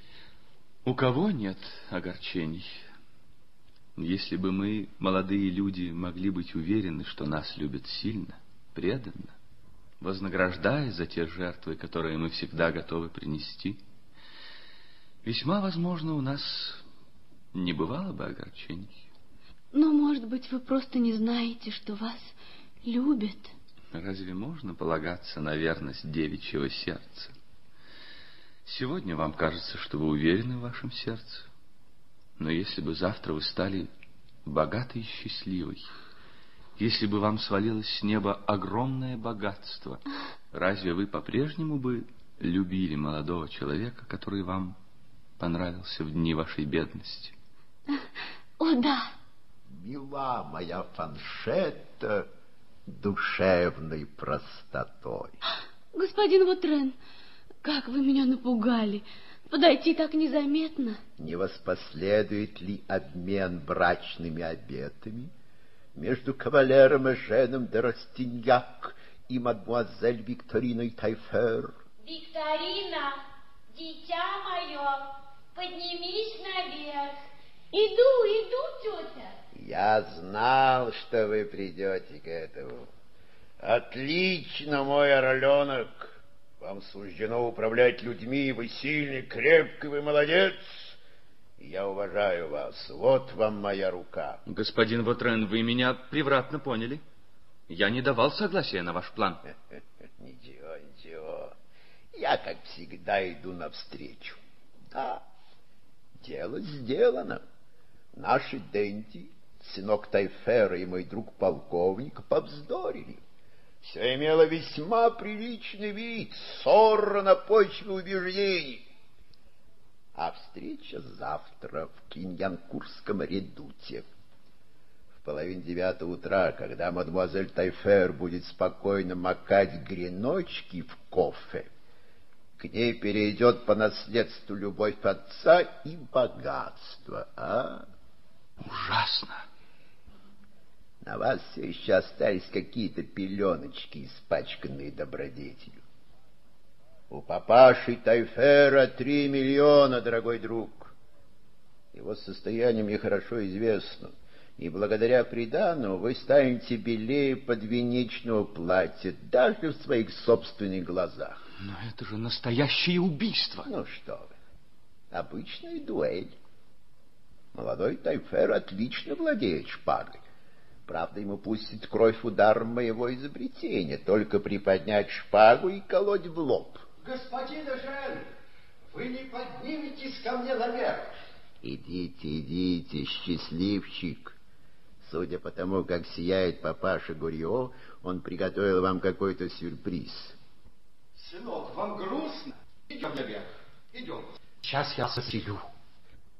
У кого нет огорчений? Если бы мы, молодые люди, могли быть уверены, что нас любят сильно, преданно, вознаграждая за те жертвы, которые мы всегда готовы принести, весьма возможно, у нас не бывало бы огорчений. Но, может быть, вы просто не знаете, что вас любят. Разве можно полагаться на верность девичьего сердца? Сегодня вам кажется, что вы уверены в вашем сердце. Но если бы завтра вы стали богатой и счастливой, если бы вам свалилось с неба огромное богатство, разве вы по-прежнему бы любили молодого человека, который вам понравился в дни вашей бедности? О, да. Мила моя Фаншетта душевной простотой. Господин Вотрен, как вы меня напугали. Подойти так незаметно. Не воспоследует ли обмен брачными обетами между кавалером Эженом де Растиньяк и мадемуазель Викториной Тайфер? Викторина, дитя мое, поднимись наверх. Иду, тетя. Я знал, что вы придете к этому. Отлично, мой орленок. Вам суждено управлять людьми, вы сильный, крепкий, вы молодец. Я уважаю вас. Вот вам моя рука. Господин Вотрен, вы меня превратно поняли. Я не давал согласия на ваш план. Ничего. Я, как всегда, иду навстречу. Да, дело сделано. Наши Денди, сынок Тайфера и мой друг полковник, повздорили. Все имело весьма приличный вид, ссора на почве убеждений. А встреча завтра в Киньянкурском редуте. В 8:30 утра, когда мадемуазель Тайфер будет спокойно макать греночки в кофе, к ней перейдет по наследству любовь отца и богатство, а? Ужасно. На вас все еще остались какие-то пеленочки, испачканные добродетелью. У папаши Тайфера 3 миллиона, дорогой друг. Его состояние мне хорошо известно, и благодаря приданному вы станете белее подвенечного платья, даже в своих собственных глазах. Но это же настоящее убийство. Ну что вы, обычная дуэль. Молодой Тайфер отлично владеет шпагой. Правда, ему пустит кровь ударом моего изобретения, только приподнять шпагу и колоть в лоб. Господин Эжен, вы не подниметесь ко мне наверх. Идите, счастливчик. Судя по тому, как сияет папаша Гурьо, он приготовил вам какой-то сюрприз. Сынок, вам грустно? Идем наверх, идем. Сейчас я заселю.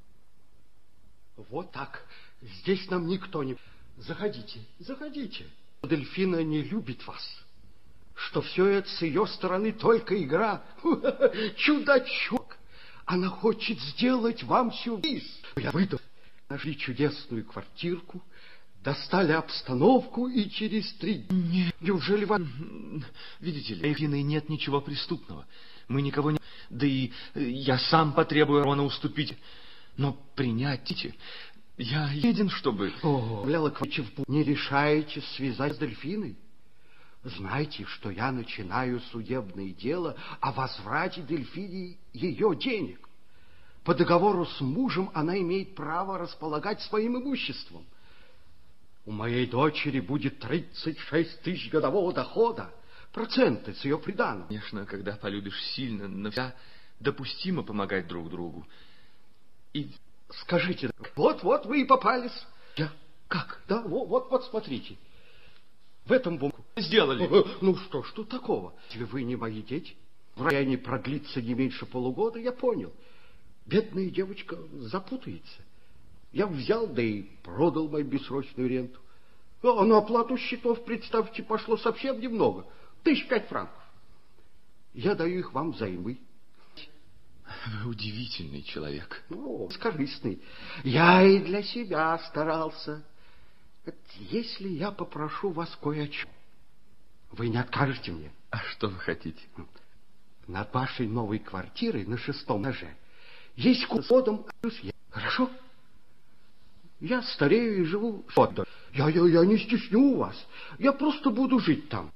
Вот так. Здесь нам никто не... Заходите. Дельфина не любит вас, что все это с ее стороны только игра. Чудачок! Она хочет сделать вам сюрприз. Я выдал. Нашли чудесную квартирку, достали обстановку, и через 3 дня... Неужели вам... Видите ли, Дельфиной нет ничего преступного. Мы никого не... Да и я сам потребую Рона уступить. Но принять... Я еден, чтобы... О, не решаете связать с Дельфиной? Знайте, что я начинаю судебное дело о возврате Дельфине ее денег. По договору с мужем она имеет право располагать своим имуществом. У моей дочери будет 36 тысяч годового дохода, проценты с ее приданого. Конечно, когда полюбишь сильно, навсегда допустимо помогать друг другу. И... Скажите, вот вы и попались. Я? Как? Да, вот смотрите. В этом бомбу сделали. Ну что ж тут такого? Если вы не мои дети, они продлится не меньше полугода, я понял. Бедная девочка запутается. Я взял, да и продал мою бессрочную ренту. А на оплату счетов, представьте, пошло совсем немного. 5 франков. Я даю их вам взаймы. Вы удивительный человек. Ну, бескорыстный. Я и для себя старался. Если я попрошу вас кое о чем, вы не откажете мне? А что вы хотите? Над вашей новой квартирой на 6-м этаже есть кодом. Хорошо? Я старею и живу. Я не стесню вас. Я просто буду жить там.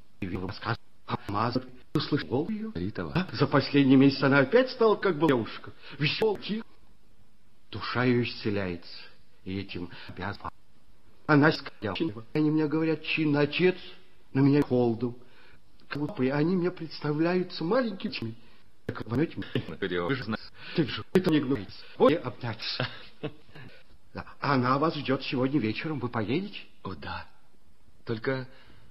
Услышал ее? За последний месяц она опять стала как бы девушка. Веселая, тихо. Душа ее исцеляется. И этим обязан. Она сказала, они мне говорят, чин отец, на меня холодом. Они мне представляются маленькими. Ты же это не гнуется. Вот обняться. Да. Она вас ждет сегодня вечером. Вы поедете? О, да. Только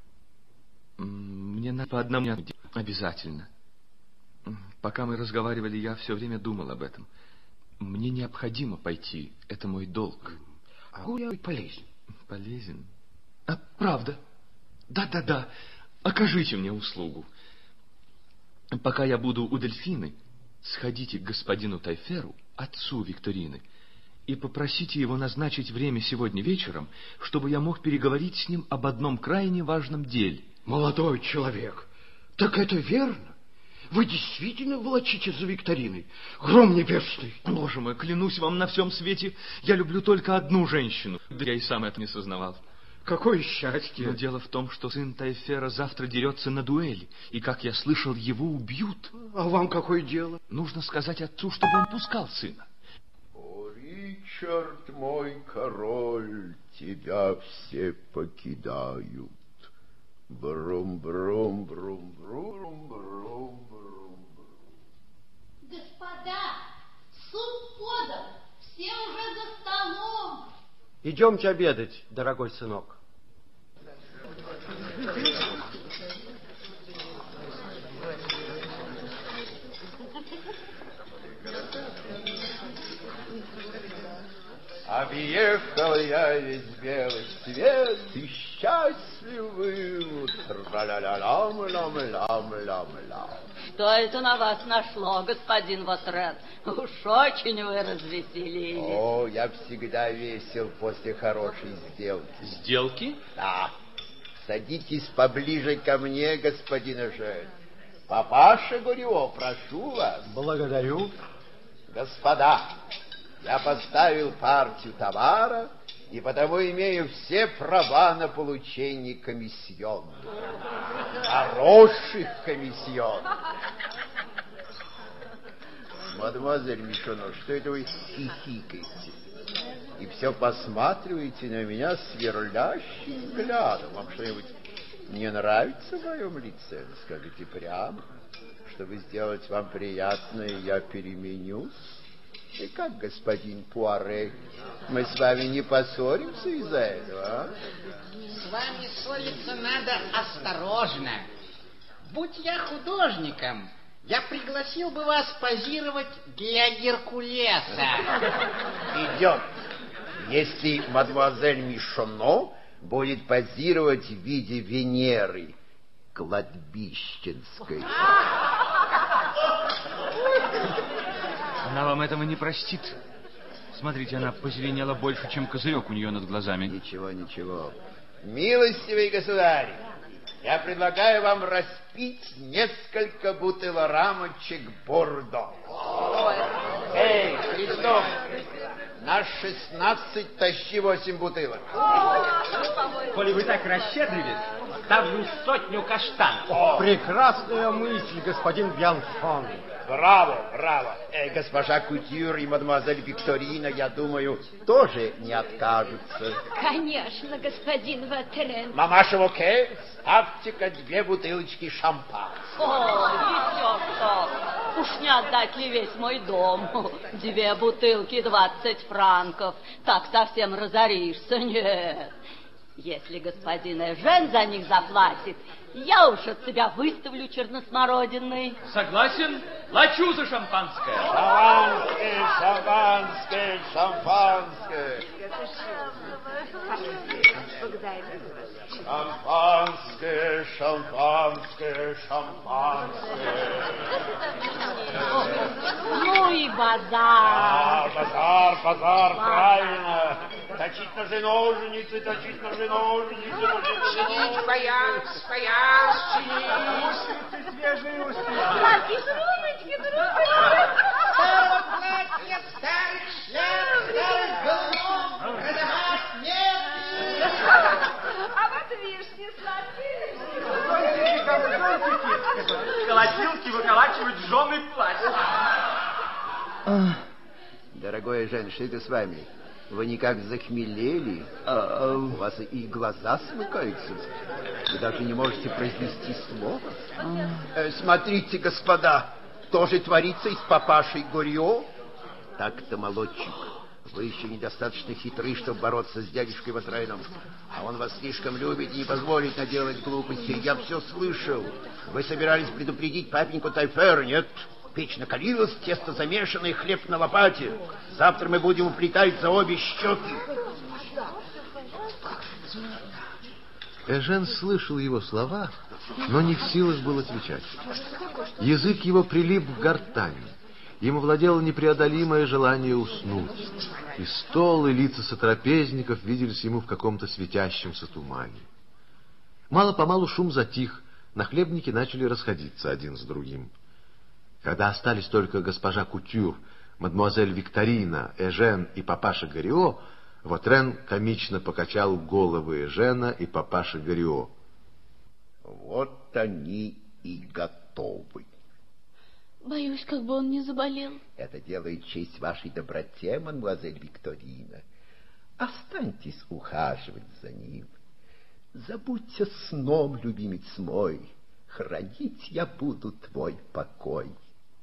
мне надо по одному обязательно. Пока мы разговаривали, я все время думал об этом. Мне необходимо пойти. Это мой долг. А я полезен. Полезен? А, правда? Да. Окажите мне услугу. Пока я буду у Дельфины, сходите к господину Тайферу, отцу Викторины, и попросите его назначить время сегодня вечером, чтобы я мог переговорить с ним об одном крайне важном деле. Молодой человек, так это верно? Вы действительно волочите за Викториной? Гром небесный! Боже мой, клянусь вам на всем свете, я люблю только одну женщину. Да я и сам это не сознавал. Какое счастье! Но дело в том, что сын Тайфера завтра дерется на дуэли, и, как я слышал, его убьют. А вам какое дело? Нужно сказать отцу, чтобы он пускал сына. О, Ричард, мой король, тебя все покидают. Брум-брум-брум-брум-брум-брум-брум. Господа, суп подан, все уже за столом. Идемте обедать, дорогой сынок. Объехал я весь белый свет, и счастлив был. Тра-ля-ля-лам-лам-лам-лам-лам. Что это на вас нашло, господин Вотрен? Уж очень вы развеселили. О, я всегда весел после хорошей сделки. Сделки? Да. Садитесь поближе ко мне, господин Эжен. Папаша Гурьо, прошу вас. Благодарю. Господа, я поставил партию товара и потому имею все права на получение комиссион. Хороших комиссион. Мадемуазель Мишоно, что это вы хихикаете? И все посматриваете на меня сверлящим взглядом. Вам что-нибудь не нравится в моем лице? Скажите прямо. Чтобы сделать вам приятное, я переменюсь. И как, господин Пуаре, мы с вами не поссоримся из-за этого, а? С вами ссориться надо осторожно. Будь я художником, я пригласил бы вас позировать для Геркулеса. Идет. Если мадемуазель Мишоно будет позировать в виде Венеры кладбищенской. Она вам этого не простит. Смотрите, она позеленела больше, чем козырек у нее над глазами. Ничего, ничего. Милостивый государь, я предлагаю вам распить несколько бутылорамочек Бордо. Эй, Христов, на 16 тащи 8 бутылок. Коли вы так расщедрились, ставлю 100 каштанов. Прекрасная мысль, господин Бьянфон. Браво, браво. Госпожа Кутюр и мадемуазель Викторина, я думаю, тоже не откажутся. Конечно, господин Ватрен. Мамаша Воке, ставьте-ка 2 бутылочки шампанского. О, еще что. Уж не отдать ли весь мой дом? 2 бутылки, 20 франков. Так совсем разоришься, нет. Если господин Эжен за них заплатит, я уж от себя выставлю черносмородиной. Согласен? Плачу за шампанское. Шампанское, шампанское, шампанское. Шампанское, шампанское, шампанское. Ну и базар. Базар, базар, правильно. Точить ноженицы, точить ноженицы. Чинить фаянс, фаянс, чинить. Усицы свежие, усицы. Румочки, старого платья, старых шляп, старых голов, продавать нет. А вот вишни сладкие. Колотилки выколачивают жженый платье. Дорогой Жен, что это с вами? Вы никак захмелели, у вас и глаза смыкаются. Вы даже не можете произнести слова. Смотрите, господа, то же творится и с папашей Горьо. Так-то, молодчик, вы еще недостаточно хитры, чтобы бороться с дядюшкой Ватреном. А он вас слишком любит и не позволит наделать глупости. Я все слышал. Вы собирались предупредить папеньку Тайфера, нет? Печь накалилась, тесто замешанное, хлеб на лопате. Завтра мы будем уплетать за обе щеки. Эжен слышал его слова, но не в силах был отвечать. Язык его прилип к гортани. Им овладело непреодолимое желание уснуть. И стол, и лица сотрапезников виделись ему в каком-то светящемся тумане. Мало-помалу шум затих, нахлебники начали расходиться один с другим. Когда остались только госпожа Кутюр, мадемуазель Викторина, Эжен и папаша Горио, Ватрен комично покачал головы Эжена и папаши Горио. Вот они и готовы. Боюсь, как бы он не заболел. Это делает честь вашей доброте, мадемуазель Викторина. Останьтесь ухаживать за ним. Забудься сном, любимец мой. Хранить я буду твой покой.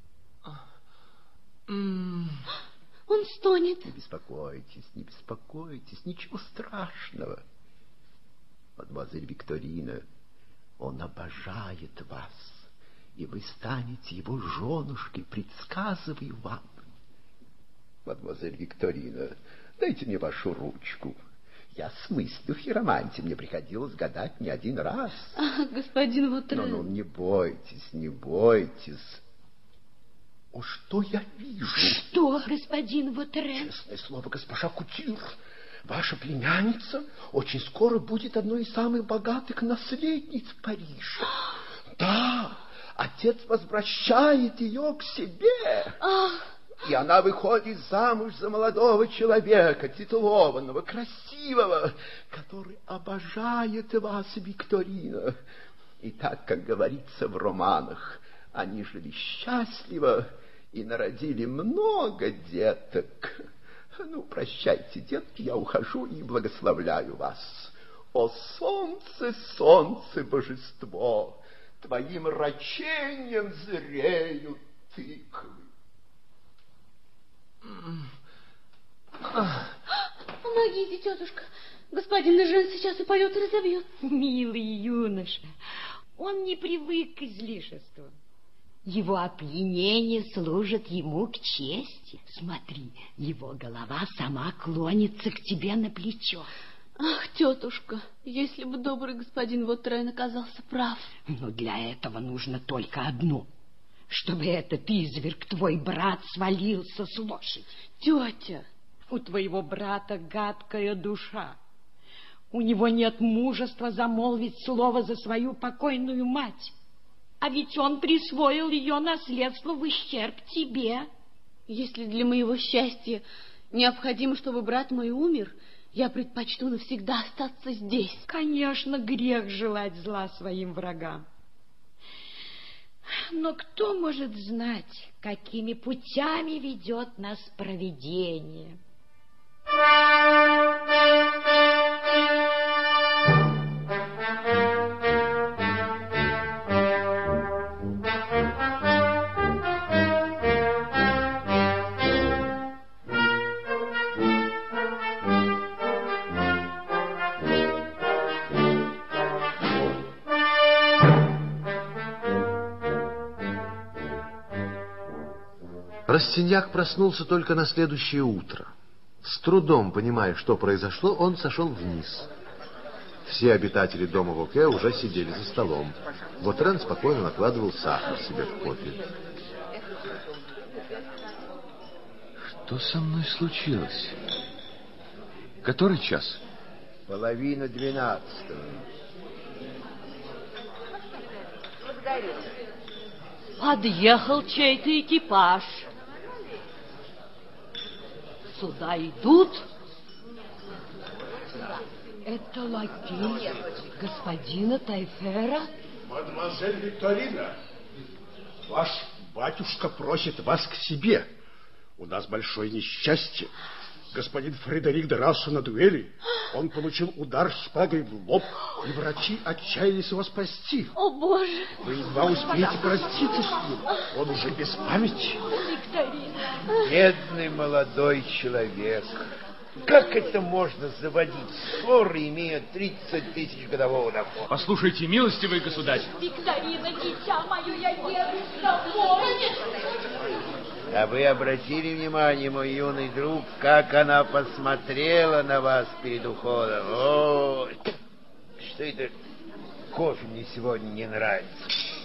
Он стонет. Не беспокойтесь, не беспокойтесь, ничего страшного. Мадемуазель Викторина, он обожает вас, и вы станете его женушкой, предсказываю вам. Мадемуазель Викторина, дайте мне вашу ручку. Я смыслю в хиромантии, мне приходилось гадать не один раз. Ах, господин Ватрен. Но не бойтесь, не бойтесь. О, что я вижу? Что, господин Ватрен? Честное слово, госпожа Кутюр, ваша племянница очень скоро будет одной из самых богатых наследниц Парижа. Да, отец возвращает ее к себе. Ах! И она выходит замуж за молодого человека, титулованного, красивого, который обожает вас, Викторина. И так, как говорится в романах, они жили счастливо и народили много деток. Ну, прощайте, детки, я ухожу и благословляю вас. О, солнце, солнце, божество, твоим рачением зреют тыквы. Помогите, тетушка. Господин Эжен сейчас упадет и разобьет. Милый юноша, он не привык к излишествам. Его опьянение служит ему к чести. Смотри, его голова сама клонится к тебе на плечо. Ах, тетушка, если бы добрый господин Вотрен оказался прав. Но для этого нужно только одно, чтобы этот изверг, твой брат, свалился с лошади. Тетя! У твоего брата гадкая душа. У него нет мужества замолвить слово за свою покойную мать. А ведь он присвоил ее наследство в ущерб тебе. Если для моего счастья необходимо, чтобы брат мой умер, я предпочту навсегда остаться здесь. Конечно, грех желать зла своим врагам. Но кто может знать, какими путями ведет нас провидение? Растиньяк проснулся только на следующее утро. С трудом понимая, что произошло, он сошел вниз. Все обитатели дома Воке уже сидели за столом. Вотрен спокойно накладывал сахар себе в кофе. Что со мной случилось? Который час? 11:30. Подъехал чей-то экипаж. Сюда идут. Это лакей господина Тайфера? Мадемуазель Викторина, ваш батюшка просит вас к себе. У нас большое несчастье. Господин Фредерик дрался на дуэли. Он получил удар шпагой в лоб, и врачи отчаялись его спасти. О, Боже! Вы едва успеете проститься с ним. Он уже без памяти. Викторина! Бедный молодой человек. Как это можно заводить ссоры, имея 30 тысяч годового дохода? Послушайте, милостивый государь. Викторина, дитя мое, я еду с тобой. А вы обратили внимание, мой юный друг, как она посмотрела на вас перед уходом? Ой, что это? Кофе мне сегодня не нравится.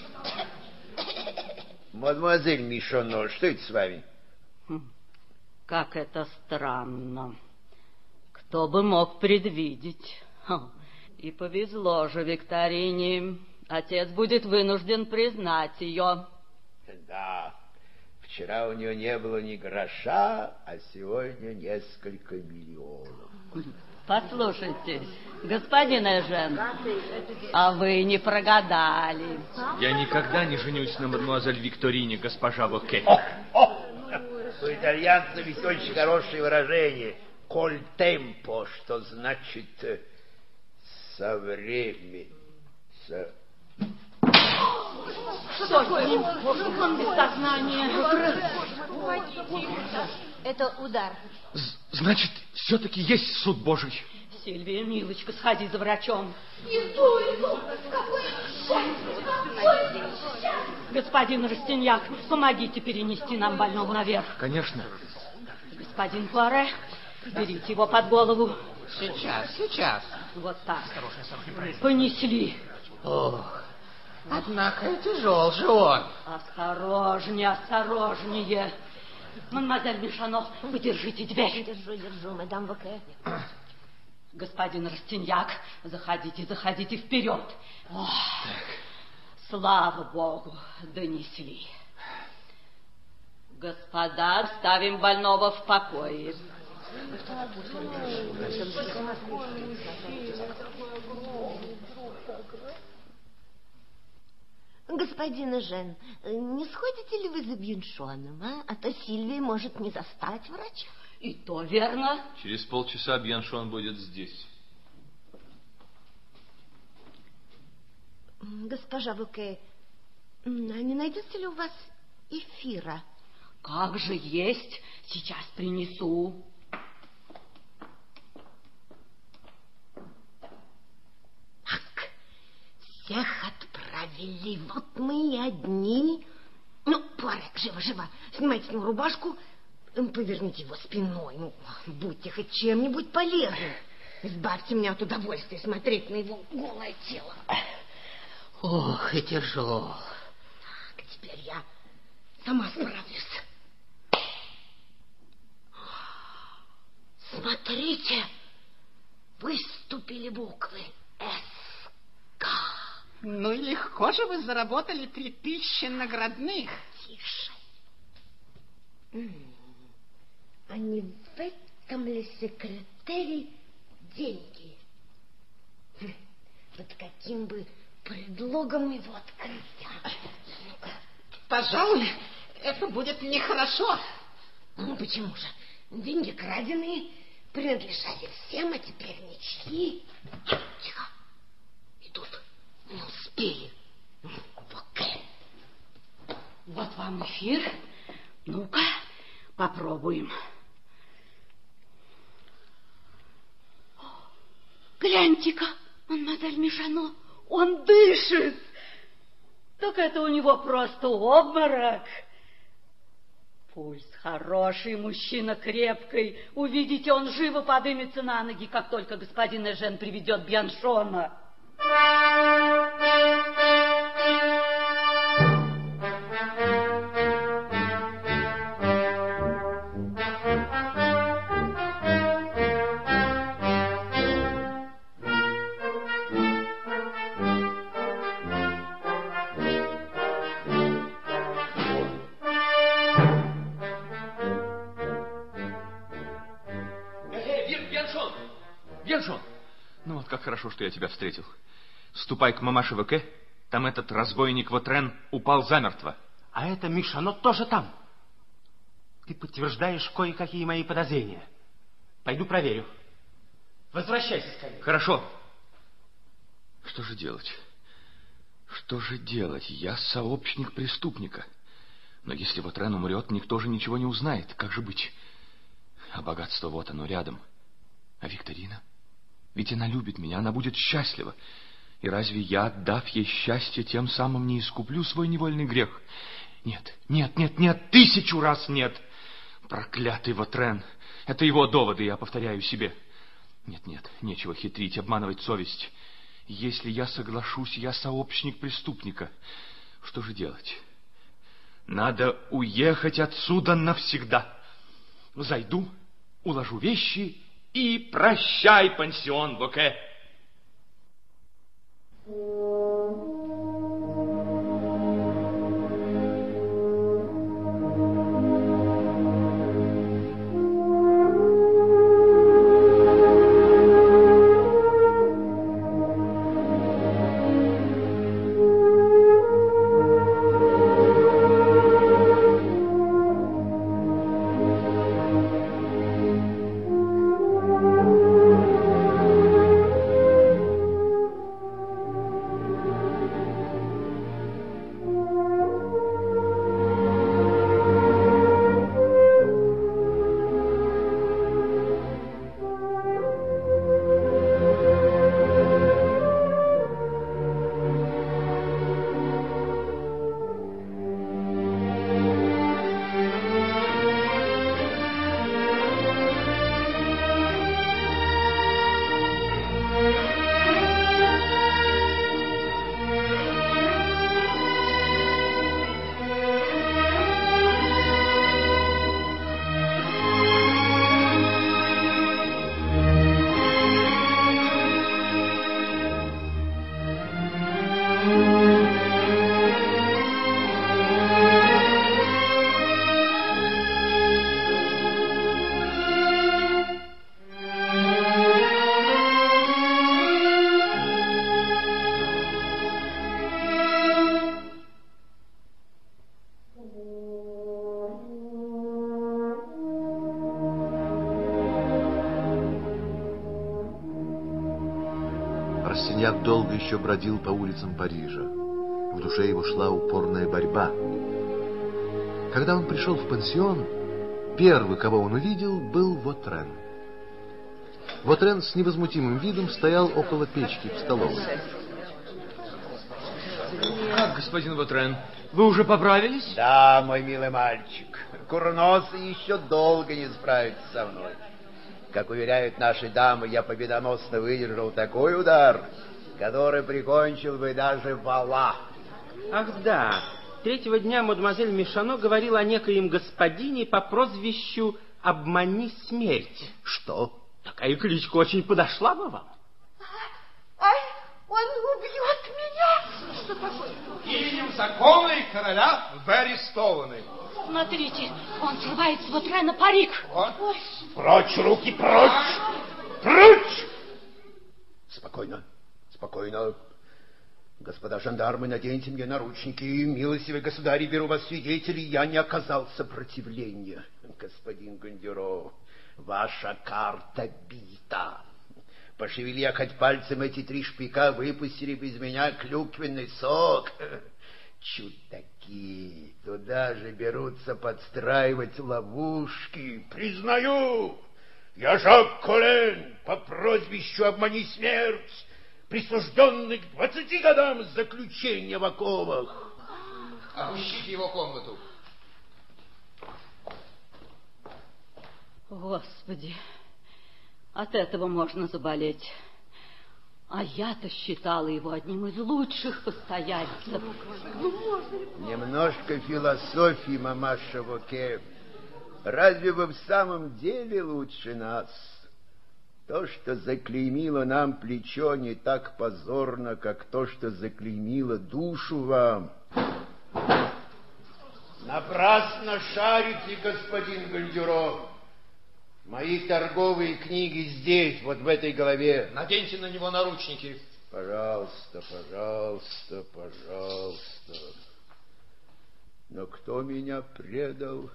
Мадемуазель Мишоно, что это с вами? Как это странно. Кто бы мог предвидеть? И повезло же Викторине. Отец будет вынужден признать ее. Да. Вчера у нее не было ни гроша, а сегодня несколько миллионов. Послушайте, господин Эжен, а вы не прогадали. Я никогда не женюсь на мадемуазель Викторине, госпожа Воке. У итальянцев есть очень хорошее выражение «коль темпо», что значит «со временем». Что с ним? Он без сознания. Это удар. Значит, все-таки есть суд Божий. Сильвия, милочка, сходи за врачом. Иду. Какое счастье! Господин Растиньяк, помогите перенести нам больного наверх. Конечно. Господин Пуаре, берите его под голову. Сейчас. Вот так. Понесли. Ох, однако тяжел же он. Осторожнее. Мадемуазель Мишоно, вы держите дверь. Держу, мадам Воке. Господин Растиньяк, заходите вперед. Ох, слава Богу, донесли. Господа, оставим больного в покое. Господин Эжен, не сходите ли вы за Бьеншоном, а то Сильвия может не застать врача. И то верно. Через полчаса Бьеншон будет здесь. Госпожа Воке, а не найдется ли у вас эфира? Как же есть, сейчас принесу. Так, всех отправили, вот мы и одни. Ну, Пуаре, живо, снимайте с него рубашку, поверните его спиной, будьте хоть чем-нибудь полезным. Избавьте меня от удовольствия смотреть на его голое тело. Ох, и тяжел. Так, теперь я сама справлюсь. Смотрите, выступили буквы СК. Ну и легко же вы заработали 3000 наградных. Тише. А не в этом ли секретаре деньги? Под каким бы предлогом его открыть? Пожалуй, это будет нехорошо. Ну почему же? Деньги краденые, принадлежали всем, а теперь ничьи. Тихо. Идут. Не успели. Вот вам эфир. Ну-ка, попробуем. Гляньте-ка, мадемуазель Мишано, он дышит. Так это у него просто обморок. Пульс хороший, мужчина крепкий. Увидите, он живо поднимется на ноги, как только господин Эжен приведет Бьяншона. Бьяншон! Ну вот как хорошо, что я тебя встретил. Ступай к мамаше Веке, там этот разбойник Вотрен упал замертво. А это Мишано тоже там. Ты подтверждаешь кое-какие мои подозрения. Пойду проверю. Возвращайся скорее. Хорошо. Что же делать? Что же делать? Я сообщник преступника. Но если Вотрен умрет, никто же ничего не узнает. Как же быть? А богатство вот оно рядом. А Викторина? Ведь она любит меня, она будет счастлива. И разве я, отдав ей счастье, тем самым не искуплю свой невольный грех? Нет, нет, нет, нет, 1000 раз нет. Проклятый Вотрен. Это его доводы, я повторяю себе. Нет, нет, нечего хитрить, обманывать совесть. Если я соглашусь, я сообщник преступника. Что же делать? Надо уехать отсюда навсегда. Зайду, уложу вещи и прощай, пансион Веке. Расселяк долго еще бродил по улицам Парижа. В душе его шла упорная борьба. Когда он пришел в пансион, первый, кого он увидел, был Вотрен. Вотрен с невозмутимым видом стоял около печки в столовой. Как, господин Вотрен, вы уже поправились? Да, мой милый мальчик. Курносый еще долго не справится со мной. Как уверяют наши дамы, я победоносно выдержал такой удар, который прикончил бы даже вала. Ах да, третьего дня мадемуазель Мишано говорила о некоем господине по прозвищу «Обмани смерть». Что? Такая кличка очень подошла бы вам. Ай, он убьет меня. Что такое? Именем закона и короля вы арестованы. Смотрите, он срывает с Вутрена парик. Вот. Прочь, руки, прочь! Прочь! Спокойно, спокойно. Господа жандармы, наденьте мне наручники. Милостивый государь, беру вас свидетелей, я не оказал сопротивления. Господин Гондюро, ваша карта бита. Пошевели я хоть пальцем, эти 3 шпика выпустили бы из меня клюквенный сок. Чудаки, туда же берутся подстраивать ловушки. Признаю, я Жак Колен по прозвищу «Обмани смерть», присужденный к 20 годам заключения в оковах. Опустите его комнату. Господи, от этого можно заболеть. А я-то считала его одним из лучших постояльцев. Немножко философии, мамаша Воке. Разве вы в самом деле лучше нас? То, что заклеймило нам плечо, не так позорно, как то, что заклеймило душу вам. Напрасно шарите, господин Гондюро. Мои торговые книги здесь, вот в этой голове. Наденьте на него наручники. Пожалуйста, пожалуйста, пожалуйста. Но кто меня предал?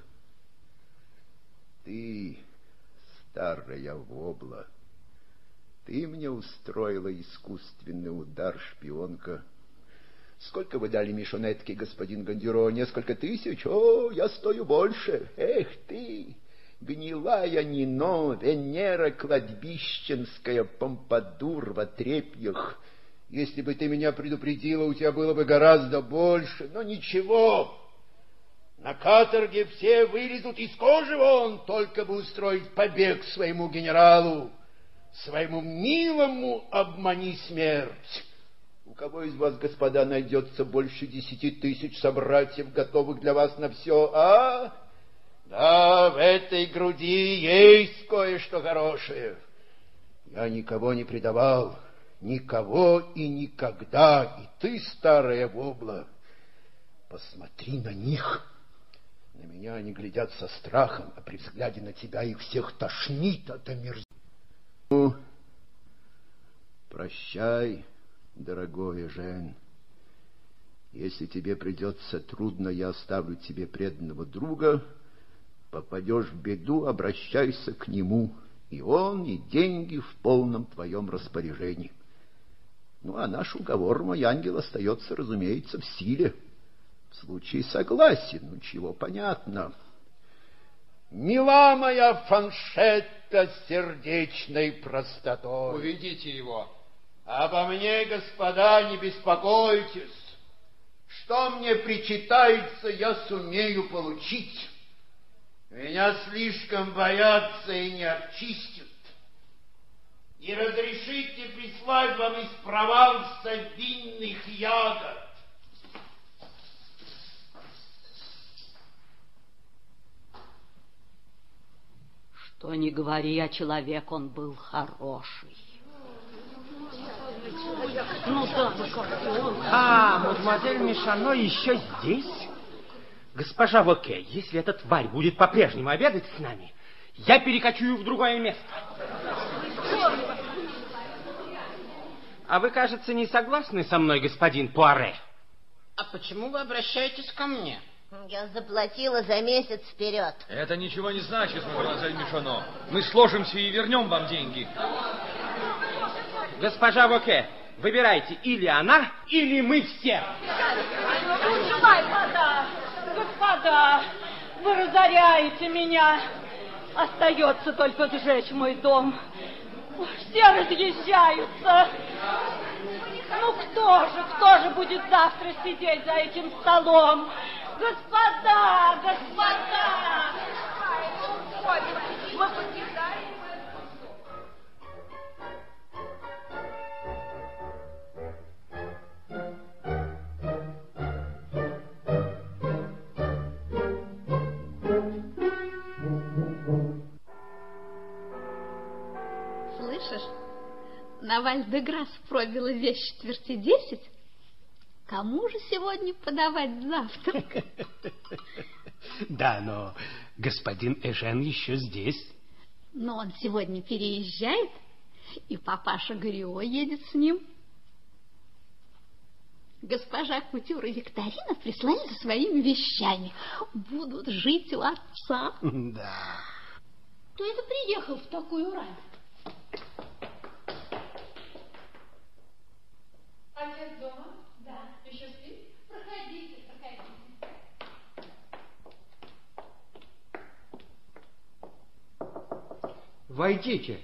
Ты, старая вобла. Ты мне устроила искусственный удар, шпионка. Сколько вы дали мишонетке, господин Гондюро? Несколько тысяч? О, я стою больше. Эх ты! Гнилая Нино, Венера кладбищенская, помпадур в отрепьях. Если бы ты меня предупредила, у тебя было бы гораздо больше. Но ничего. На каторге все вылезут из кожи вон, только бы устроить побег своему генералу, своему милому «Обмани смерть». У кого из вас, господа, найдется больше 10 000 собратьев, готовых для вас на все, а? Да, в этой груди есть кое-что хорошее. Я никого не предавал, никого и никогда. И ты, старая вобла, посмотри на них. На меня они глядят со страхом, а при взгляде на тебя их всех тошнит от омерзения. Ну, прощай, дорогой Жен. Если тебе придется трудно, я оставлю тебе преданного друга. Попадешь в беду, обращайся к нему, и он, и деньги в полном твоем распоряжении. Ну, а наш уговор, мой ангел, остается, разумеется, в силе. В случае согласия, ну, чего понятно. Мила моя Фаншетта с сердечной простотой. Уведите его. Обо мне, господа, не беспокойтесь. Что мне причитается, я сумею получить. Меня слишком боятся и не обчистят. И разрешите прислать вам из Прованса винных ягод. Что ни говори, а человек он был хороший. Ну да, ну как он. А, мадемуазель Мишано еще здесь? Госпожа Воке, если эта тварь будет по-прежнему обедать с нами, я перекочу ее в другое место. А вы, кажется, не согласны со мной, господин Пуаре? А почему вы обращаетесь ко мне? Я заплатила за месяц вперед. Это ничего не значит, мадемуазель Мишано. Мы сложимся и вернем вам деньги. Госпожа Воке, выбирайте, или она, или мы все. Господа, вы разоряете меня. Остается только сжечь мой дом. Все разъезжаются. Ну кто же будет завтра сидеть за этим столом? Господа! на Валь-де-Грасс пробила весь 9:45. Кому же сегодня подавать завтрак? Да, но господин Эжен еще здесь. Но он сегодня переезжает, и папаша Горио едет с ним. Госпожа Кутюр и Викторина прислали за своими вещами. Будут жить у отца. Да. Кто это приехал в такую рань? Отец дома? Да. Еще спит? Проходите, проходите. Войдите.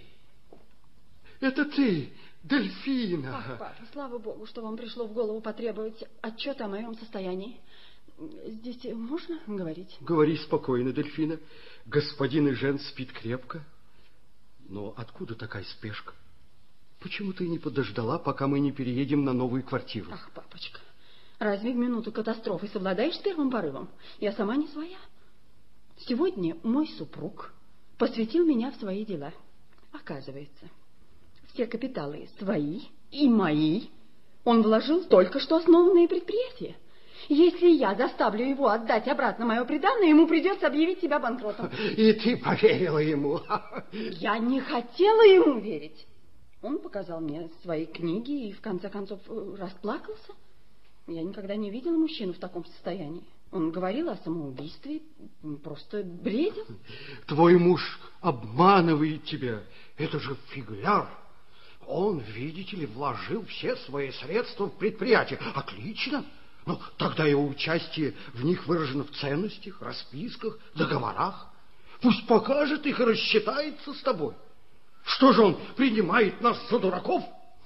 Это ты, Дельфина. Ах, папа, слава богу, что вам пришло в голову потребовать отчета о моем состоянии. Здесь можно говорить? Говори спокойно, Дельфина. Господин Эжен спит крепко. Но откуда такая спешка? Почему ты не подождала, пока мы не переедем на новую квартиру? Ах, папочка, разве в минуту катастрофы совладаешь с первым порывом? Я сама не своя. Сегодня мой супруг посвятил меня в свои дела. Оказывается, все капиталы свои и мои он вложил в только что основанные предприятия. Если я заставлю его отдать обратно мое приданое, ему придется объявить себя банкротом. И ты поверила ему? Я не хотела ему верить. Он показал мне свои книги и, в конце концов, расплакался. Я никогда не видела мужчину в таком состоянии. Он говорил о самоубийстве, просто бредил. Твой муж обманывает тебя. Это же фигляр. Он, видите ли, вложил все свои средства в предприятие. Отлично. Но тогда его участие в них выражено в ценностях, расписках, договорах. Пусть покажет их и рассчитается с тобой. Что же он принимает нас за дураков?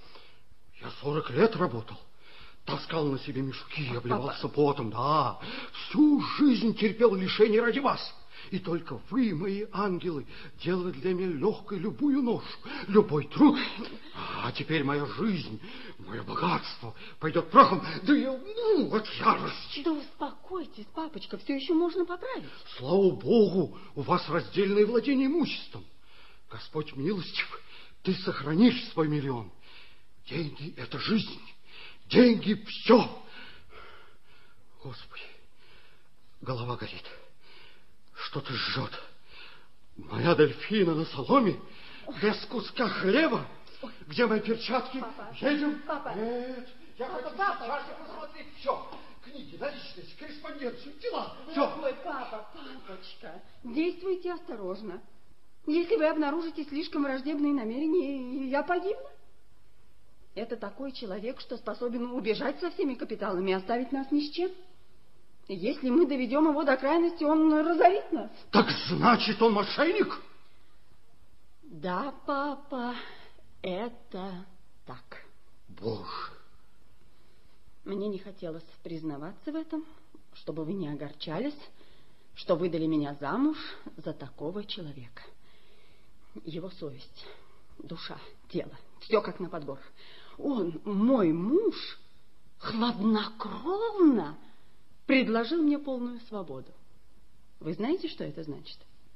Я 40 лет работал. Таскал на себе мешки, обливался потом. Да, всю жизнь терпел лишения ради вас. И только вы, мои ангелы, делали для меня легкой любую ношу, любой труд. А теперь моя жизнь, мое богатство пойдет прахом, да я от ярости. Да успокойтесь, папочка, все еще можно поправить. Слава Богу, у вас раздельное владение имуществом. Господь милостив, ты сохранишь свой миллион. Деньги — это жизнь. Деньги — все. Господи, голова горит. Что-то жжет. Моя Дельфина на соломе, без куска хлеба. Где мои перчатки? Папа. Едем? Папа. Нет, я хочу сейчас посмотреть все. Книги, наличность, корреспонденцию, дела. Все. Ой, папа, папочка, действуйте осторожно. Если вы обнаружите слишком враждебные намерения, я погибну. Это такой человек, что способен убежать со всеми капиталами и оставить нас ни с чем. Если мы доведем его до крайности, он разорит нас. Так значит, он мошенник? Да, папа, это так. Боже. Мне не хотелось признаваться в этом, чтобы вы не огорчались, что выдали меня замуж за такого человека. Его совесть, душа, тело, все как на подбор. Он, мой муж, хладнокровно предложил мне полную свободу. Вы знаете, что это значит?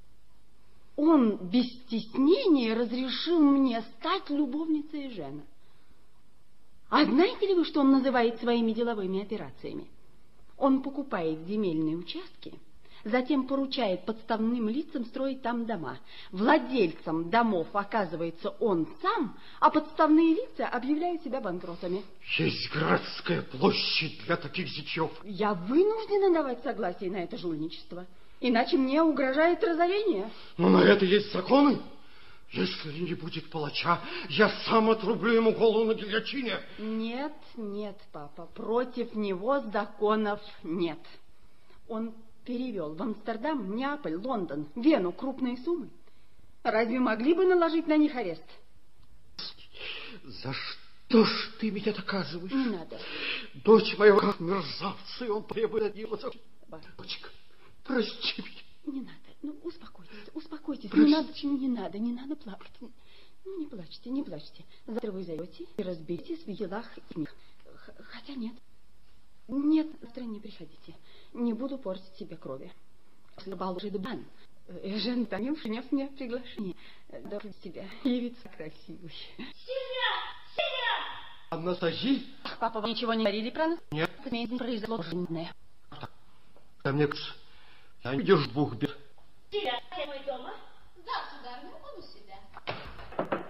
Он без стеснения разрешил мне стать любовницей Эжена. А знаете ли вы, что он называет своими деловыми операциями? Он покупает земельные участки, затем поручает подставным лицам строить там дома. Владельцем домов оказывается он сам, а подставные лица объявляют себя банкротами. Есть городская площадь для таких зятьев. Я вынуждена давать согласие на это жульничество, иначе мне угрожает разорение. Но на это есть законы. Если не будет палача, я сам отрублю ему голову на гильотине. Нет, нет, папа, против него законов нет. Он перевел в Амстердам, Неаполь, Лондон, Вену крупные суммы. Разве могли бы наложить на них арест? За что ж ты меня доказываешь? Не надо. Дочь моего как мерзавца, и он требует от него... Дочка, прости меня. Не надо, ну успокойтесь, успокойтесь. Прости. Не надо плакать. Ну, не плачьте, не плачьте. Завтра вы зайдете и разберетесь в делах и них. Хотя нет. Нет, завтра не приходите. Не буду портить себе крови. Эжен Танил принес мне приглашение. Должен тебя явиться красивой. Анастасия? Папа, вы ничего не говорили про нас? Нет. Произошло женное. Да мне кажется, я не держу двух бед. Силя, мой дома? Да, сударыня, он у себя.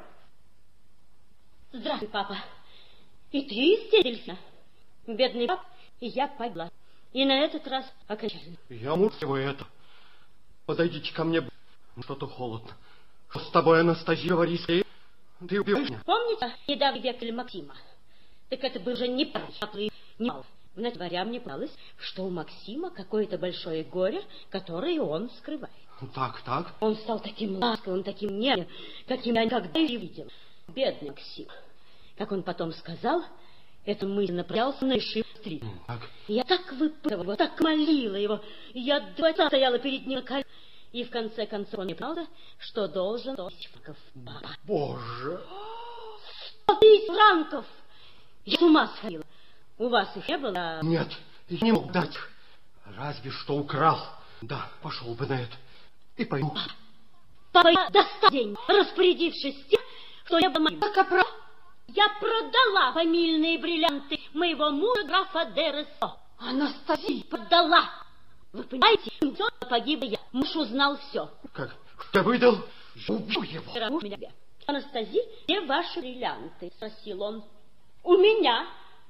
Здравствуй, папа. И ты из Дельфина? Бедный пап, и я погибла. И на этот раз окончательно. Я муж его это. Подойдите ко мне. Что-то холодно. Что с тобой, Анастасия, говори скорее? Ты убиваешь меня? Помните недавний вексель Максима? Так это был же не первый, не мал. В января мне казалось, что у Максима какое-то большое горе, которое он скрывает. Так. Он стал таким ласковым, таким нежным, каким я никогда не видел. Бедный Максим. Как он потом сказал, это мысль направлялся на решимость. Я так выпытывала его, так молила его. Я 2 часа стояла перед ним на коленях. И в конце концов он мне признался, что должен 100 000 франков. Папа. Боже! 100 000 франков! Я с ума сходила. У вас их не было? Нет, я не мог дать. Разве что украл. Да, пошел бы на это. И пойму. Папа, я достал деньги, распорядившись тем, что я была моим. Я продала фамильные бриллианты моего мужа, графа Дересо. Анастасия! Продала! Вы понимаете, все погибла я. Муж узнал все. Как? Ты выдал? Я убью его. Анастасия, где ваши бриллианты? Спросил он. У меня.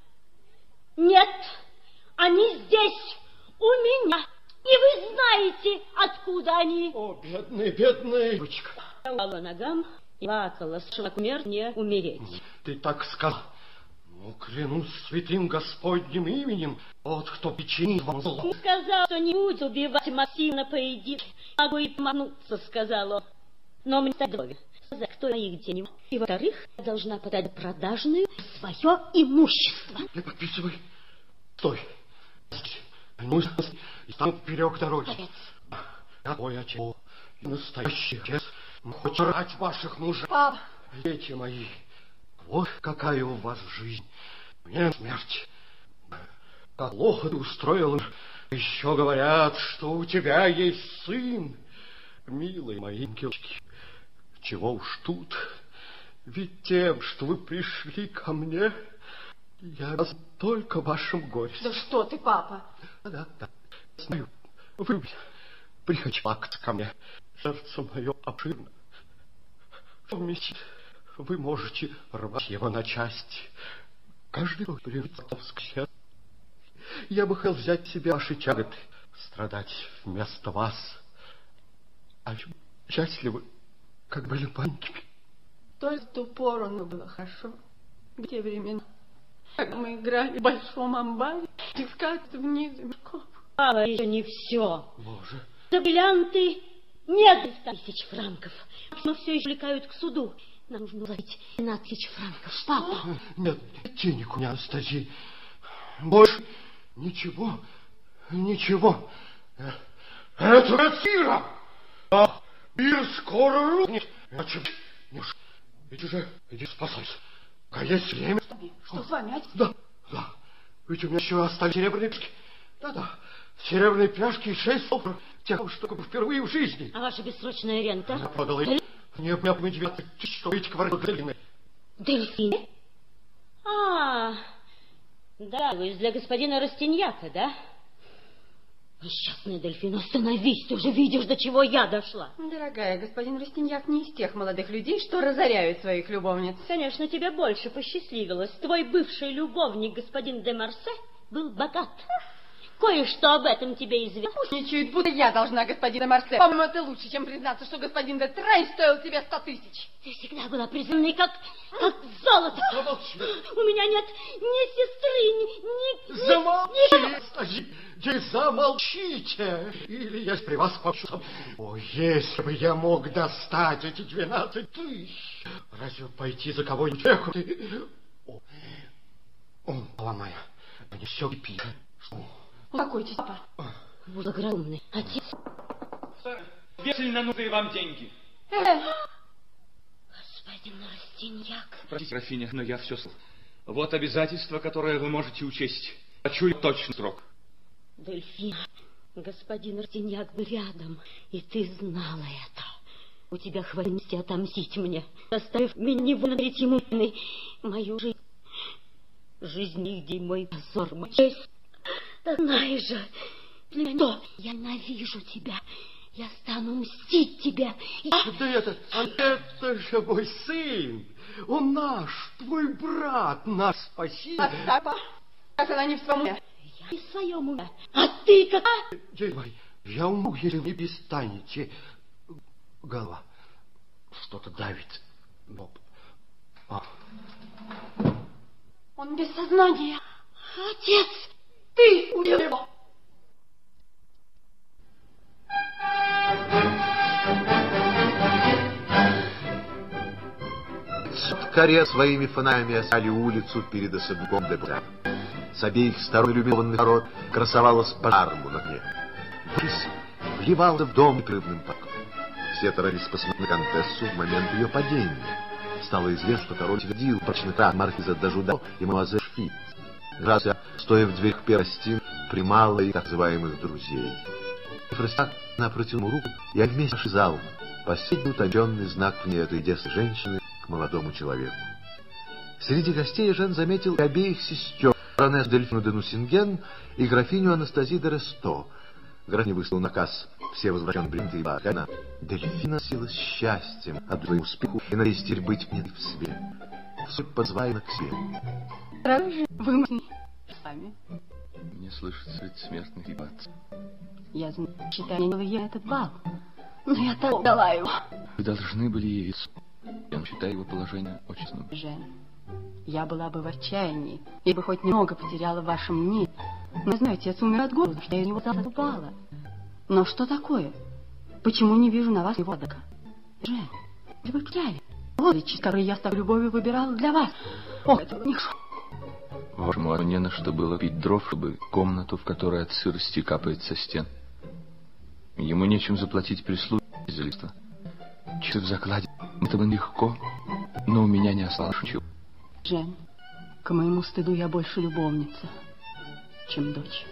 Нет, они здесь, у меня. И вы знаете, откуда они. О, бедная девочка. Я упала ногам и плакала, что умер мне умереть. Ты так сказал. Ну, клянусь святым Господним именем, вот кто причинит вам зло. Он сказал, что не будет убивать Максима на поединке. Могу и помахнуться, сказал он. Но мне здоровье. Сказать, кто моих денег. И, во-вторых, я должна подать продажную свое имущество. Не подписывай. Стой. Ну, и стану поперек дороги. Я твой отец, настоящий отец. Хоть рать ваших мужей. Папа. Дети мои, вот какая у вас жизнь. Мне смерть. Как плохо ты устроил. Еще говорят, что у тебя есть сын. Милые мои ангелочки, чего уж тут. Ведь тем, что вы пришли ко мне, я только в вашем горе. Да что ты, папа? Да. Знаю, вы приходите плакаться ко мне. Сердце мое обширно. Вместе вы можете рвать его на части. Каждый год приведет. Я бы хотел взять себе ваши тяготы, страдать вместо вас. А счастливы, как были маленькими. Только в ту пору было хорошо. В те времена, как мы играли в большом амбаре, искать вниз мешков. Папа, еще не все. Боже. За бриллианты нет 100 000 франков. Но все еще влекают к суду. Нам нужно платить 12 000 франков. Папа. Нет денег у меня, Анастасия. Больше ничего. Это квартира. А мир скоро рухнет. Иди спасайся. А есть время. Что с вами, отец? Да. Ведь у меня еще остались серебряные пляшки. Да. Серебряные пляшки и 6 долларов. Тех, что впервые в жизни. А ваша бессрочная рента? Я продала их. Мне 19 000, что эти квартиры. Дельфины? Да, вы для господина Растиньяка, да? Несчастная Дельфина, остановись, ты уже видишь, до чего я дошла. Дорогая, господин Растиньяк не из тех молодых людей, что разоряют своих любовниц. Конечно, тебе больше посчастливилось. Твой бывший любовник, господин де Марсе, был богат. Кое-что об этом тебе известно. Пусть будто я должна господина Марсе. По-моему, это лучше, чем признаться, что господин де Трейн стоил тебе 100 000. Ты всегда была презренной, как золото. Замолчи. У меня нет ни сестры, Замолчите, замолчите. Или я при вас почу. О, если бы я мог достать эти 12 000. Разве пойти за кого-нибудь? О, моя, мне все кипит. Успокойтесь, папа. Благоразумный отец. Весельно нужны вам деньги. Господин Растиньяк. Простите, графиня, но я все слышал. Вот обязательство, которое вы можете учесть. Хочу точный срок. Дельфина, Господин Растиньяк был рядом, и ты знала это. У тебя хватит отомстить мне, заставив меня невольно говорить ему мою жизнь. Жизнь нигде мой позор, мой честь. Да знаешь же, для меня я ненавижу тебя. Я стану мстить тебя. Да это же мой сын. Он наш, твой брат, наш спаситель. Остапа, как она не в своем уме. Я не в своем уме. А ты как... Я умру, если вы не перестанете. Голова. Что-то давит. Он без сознания. Отец, ты убил его. Каре своими фонарями осали улицу перед особняком де Босеан. С обеих сторон иллюминированных ворот красовалась пожаром на огне. Борис вливался в дом непрерывным потоком. Все торопились посмотреть на контессу в момент ее падения. Стало известно, что король твердил прочных рад маркиза де Жудо и мадемуазель Шфит. Грация, стоя в дверях Перстин, примала их так называемых друзей. Фрестак напротив ему руку, и они вместе пошли в зал. Последний утонченный знак в ней этой девственной женщины к молодому человеку. Среди гостей Жен заметил обеих сестер, баронессу Дельфину де Нусинген и графиню Анастазию де Ресто. Графиня выслал наказ все возвращенные бринты и бакана. Дельфина сила счастьем от своего успеху и надеясь теперь быть мне в себе. Все позвали к себе. Разве вы сами? Мне слышится смертный хрипат. Я считаю, я этот бал. Но я так дала его. Вы должны были явиться. Я считаю его положение очень сложным. Жен, я была бы в отчаянии, и бы хоть немного потеряла в вашем мнении. Но, знаете, отец умер от голода, что я его задупала. Но что такое? Почему не вижу на вас его отдыха? Жен, вы потеряли. Вот ведь, который я с такой любовью выбирала для вас. Ох, это нехорошо. Вашему не на что было пить дров, чтобы комнату, в которой от сырости капает со стен. Ему нечем заплатить прислуге за листва. Часы в закладе. Это было легко, но у меня не осталось ничего. Жен, к моему стыду я больше любовница, чем дочь.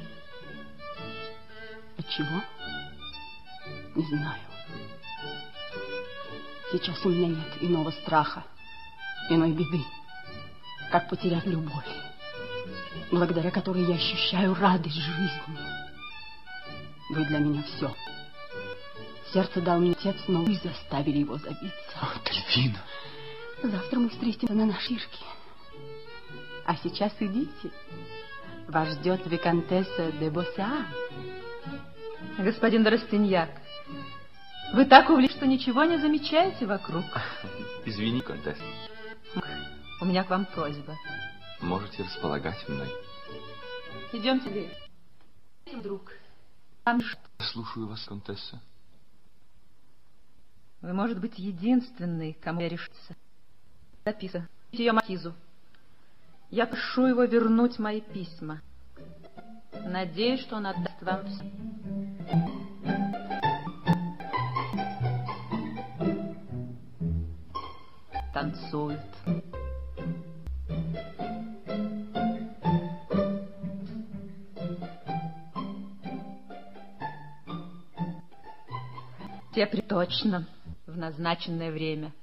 Отчего? Не знаю. Сейчас у меня нет иного страха, иной беды, как потерять любовь, благодаря которой я ощущаю радость жизни. Вы для меня все. Сердце дал мне отец, но вы заставили его забиться. О, Дельфина! Завтра мы встретимся на наширке. А сейчас идите. Вас ждет виконтесса де Босеан. Господин де Растиньяк, вы так увлечены, что ничего не замечаете вокруг. Извини, контесса. У меня к вам просьба. Можете располагать мной. Идемте, друг. Слушаю вас, контесса. Вы, может быть, единственный, кому я решится. Записка. Ее маркизу. Я прошу его вернуть мои письма. Надеюсь, что он отдаст вам все. Танцует. Те точно в назначенное время.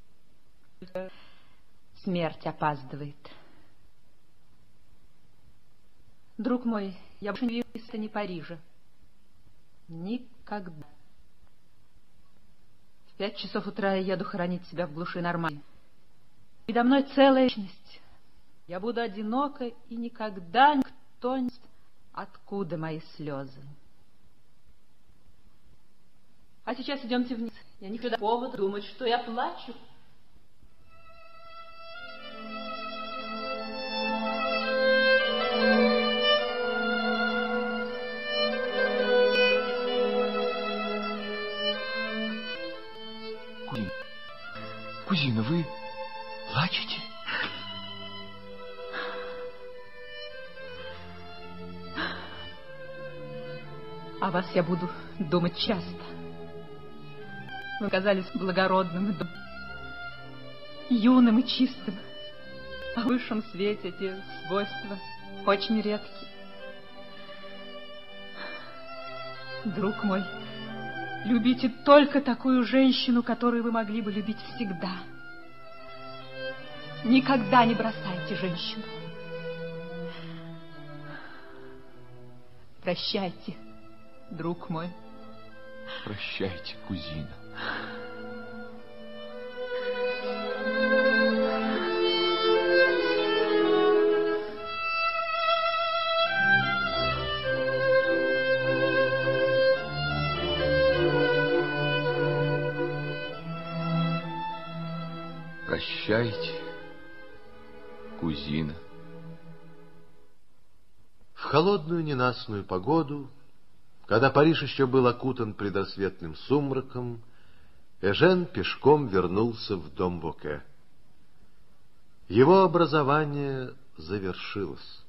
Смерть опаздывает. Друг мой, я больше не виделся ни Парижа. Никогда. В 5 часов утра я еду хоронить себя в глуши Нормандии. Передо мной целая вечность. Я буду одинока, и никогда никто не знает, откуда мои слезы. А сейчас идемте вниз. Я не хочу повода думать, что я плачу. Кузина, вы плачете? О вас я буду думать часто. Вы казались благородным и юным и чистым. А в высшем свете эти свойства очень редки. Друг мой, любите только такую женщину, которую вы могли бы любить всегда. Никогда не бросайте женщину. Прощайте, друг мой. Прощайте, кузина. Прощайте, кузина. В холодную ненастную погоду, когда Париж еще был окутан предрассветным сумраком, Эжен пешком вернулся в дом Боке. Его образование завершилось.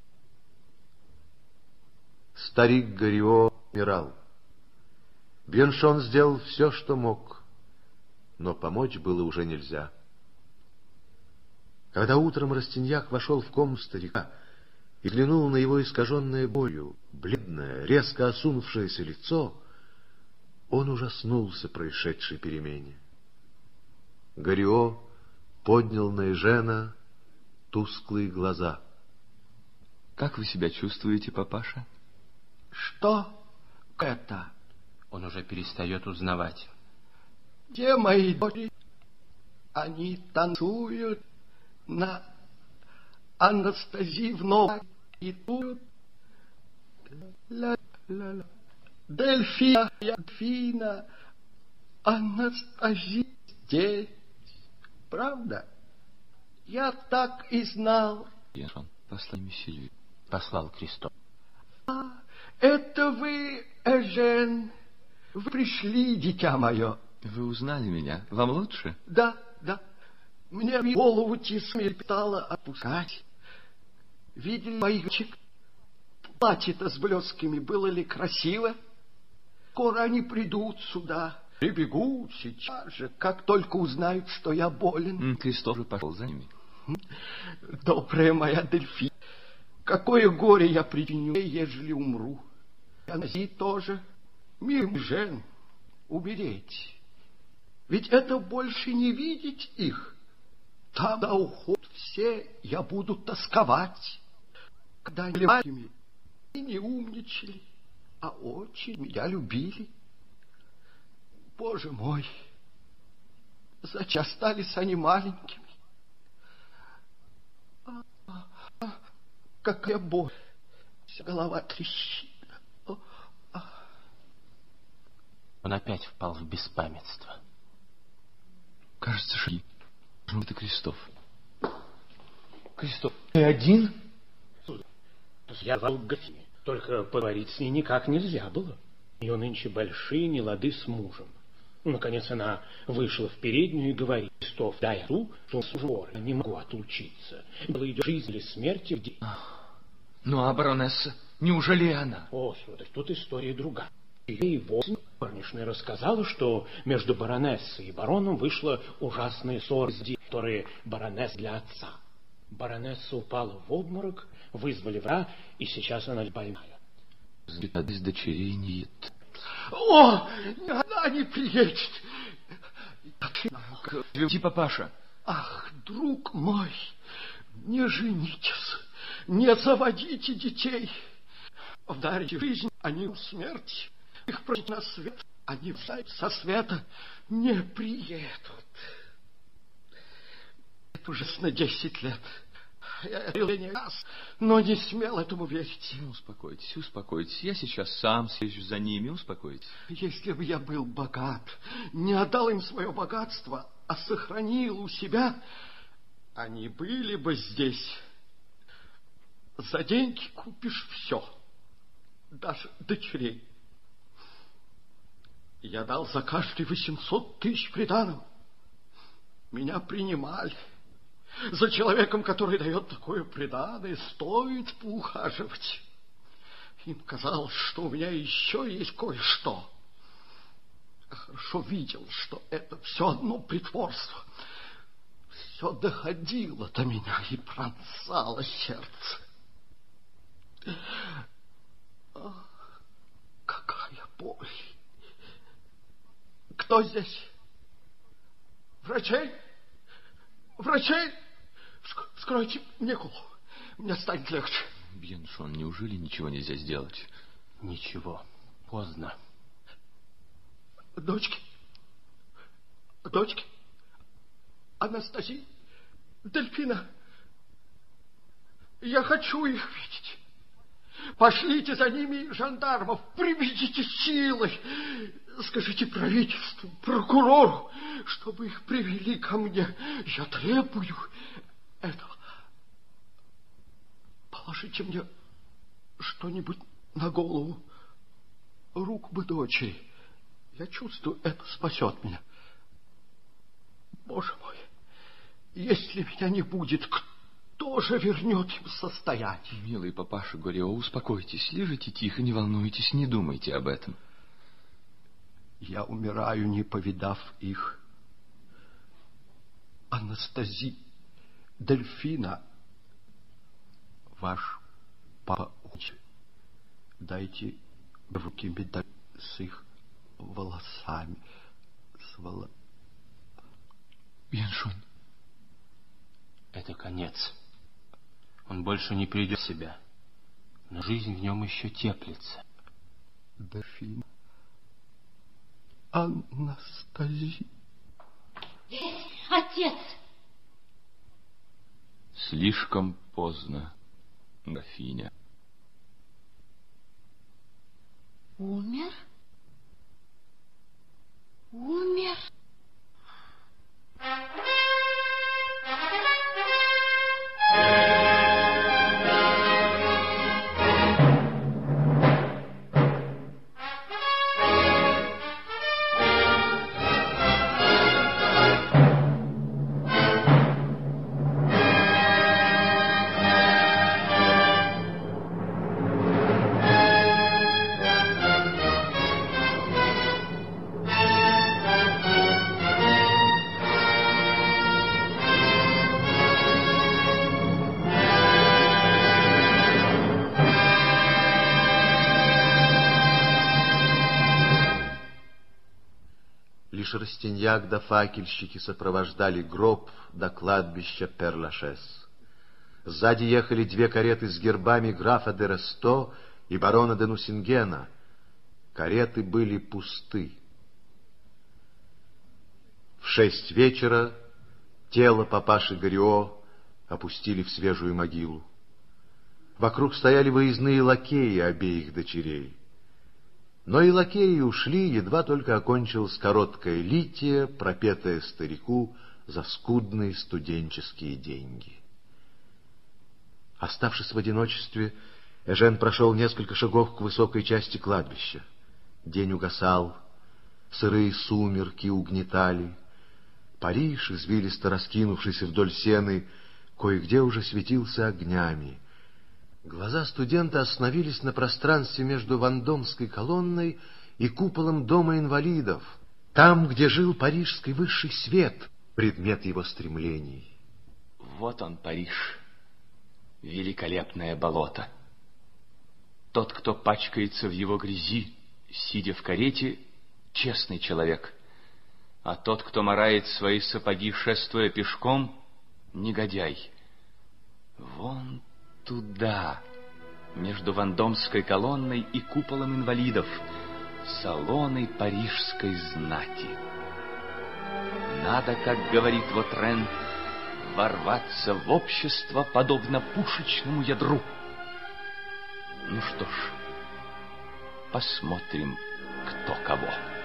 Старик Горио умирал. Бьеншон сделал все, что мог, но помочь было уже нельзя. Когда утром Растиньяк вошел в комнату старика и взглянул на его искаженное болью, бледное, резко осунувшееся лицо, он ужаснулся происшедшей перемене. Горио поднял на Эжена тусклые глаза. Как вы себя чувствуете, папаша? Что это? Он уже перестает узнавать. Где мои дочери? Они танцуют на Анастасиевну и тут ла-ла-ла. Дельфина, Анастасия здесь. Правда? Я так и знал. Бьеншон, послал мессию. Послал Кристоф. Это вы, Эжен. Вы пришли, дитя мое. Вы узнали меня? Вам лучше? Да, да. Мне в голову тисмель стало опускать. Видели моих чек? Платье-то с блесками было ли красиво? Скоро они придут сюда. Прибегут сейчас же, как только узнают, что я болен. Кристоф же пошел за ними. Добрая моя Дельфи, какое горе я причиню, ежели умру. Анази тоже. Мир Жен, умереть. Ведь это больше не видеть их. Там до уход все я буду тосковать. Когда они маленькими и не умничали, а очень меня любили. Боже мой, зачем остались они маленькими? Какая боль, вся голова трещит. Он опять впал в беспамятство. Кажется, что это Кристоф. Кристоф, ты один? Я звал Гафине, только поговорить с ней никак нельзя было. Ее нынче большие нелады с мужем. Наконец она вышла в переднюю и говорит: Кристоф, дай ту, что с не могу отлучиться. Было идет жизнь или смерть в день. Ну а баронесса, неужели она? О, сударь, тут история другая. Ей восемь горничная рассказала, что между баронессой и бароном вышла ужасная ссора, которая баронесс для отца. Баронесса упала в обморок, вызвали врача, и сейчас она больная. С дочерей нет. О, она не приедет. Иди, папаша. Ах, друг мой, не женитесь, не заводите детей. Вдарите жизнь, они в смерти. Их прочь на свет, они со света не приедут. Это уже на 10 лет. Я верил не раз, но не смел этому верить. Ну, успокойтесь, успокойтесь. Я сейчас сам съезжу за ними, успокойтесь. Если бы я был богат, не отдал им свое богатство, а сохранил у себя, они были бы здесь. За деньги купишь все, даже дочерей. Я дал за каждый 800 тысяч приданого. Меня принимали. За человеком, который дает такое приданое, стоит поухаживать. Им казалось, что у меня еще есть кое-что. Я хорошо видел, что это все одно притворство. Все доходило до меня и пронзало сердце. Какая боль. Кто здесь? Врачей? Врачей? Вскройте мне голову. Мне станет легче. Бьеншон, неужели ничего нельзя сделать? Ничего. Поздно. Дочки? Дочки? Анастасия? Дельфина? Я хочу их видеть. Пошлите за ними жандармов, приведите силой. Скажите правительству, прокурору, чтобы их привели ко мне. Я требую этого. Положите мне что-нибудь на голову. Руку бы дочери. Я чувствую, это спасет меня. Боже мой, если меня не будет, кто же вернет им состояние? Милый папаша Горио, успокойтесь, лежите тихо, не волнуйтесь, не думайте об этом. Я умираю, не повидав их. Анастасия, Дельфина, ваш папа, дайте в руки медаль с их волосами. Бьеншон. Это конец. Он больше не придет в себя. Но жизнь в нем еще теплится. Дельфина. Анастасия. Отец! Слишком поздно, графиня. Умер? Умер? Лишь Растиньяк да факельщики сопровождали гроб до кладбища Пер-Лашез. Сзади ехали две кареты с гербами графа де Ресто и барона де Нусингена. Кареты были пусты. В 6 вечера тело папаши Горио опустили в свежую могилу. Вокруг стояли выездные лакеи обеих дочерей. Но и лакеи ушли, едва только окончилась короткая лития, пропетая старику за скудные студенческие деньги. Оставшись в одиночестве, Эжен прошел несколько шагов к высокой части кладбища. День угасал, сырые сумерки угнетали. Париж, извилисто раскинувшийся вдоль сены, кое-где уже светился огнями. Глаза студента остановились на пространстве между Вандомской колонной и куполом дома инвалидов, там, где жил парижский высший свет, предмет его стремлений. Вот он, Париж, великолепное болото. Тот, кто пачкается в его грязи, сидя в карете, честный человек, а тот, кто марает свои сапоги, шествуя пешком, негодяй. Вон туда, между Вандомской колонной и куполом инвалидов, салоны парижской знати. Надо, как говорит Вотрен, ворваться в общество, подобно пушечному ядру. Ну что ж, посмотрим, кто кого.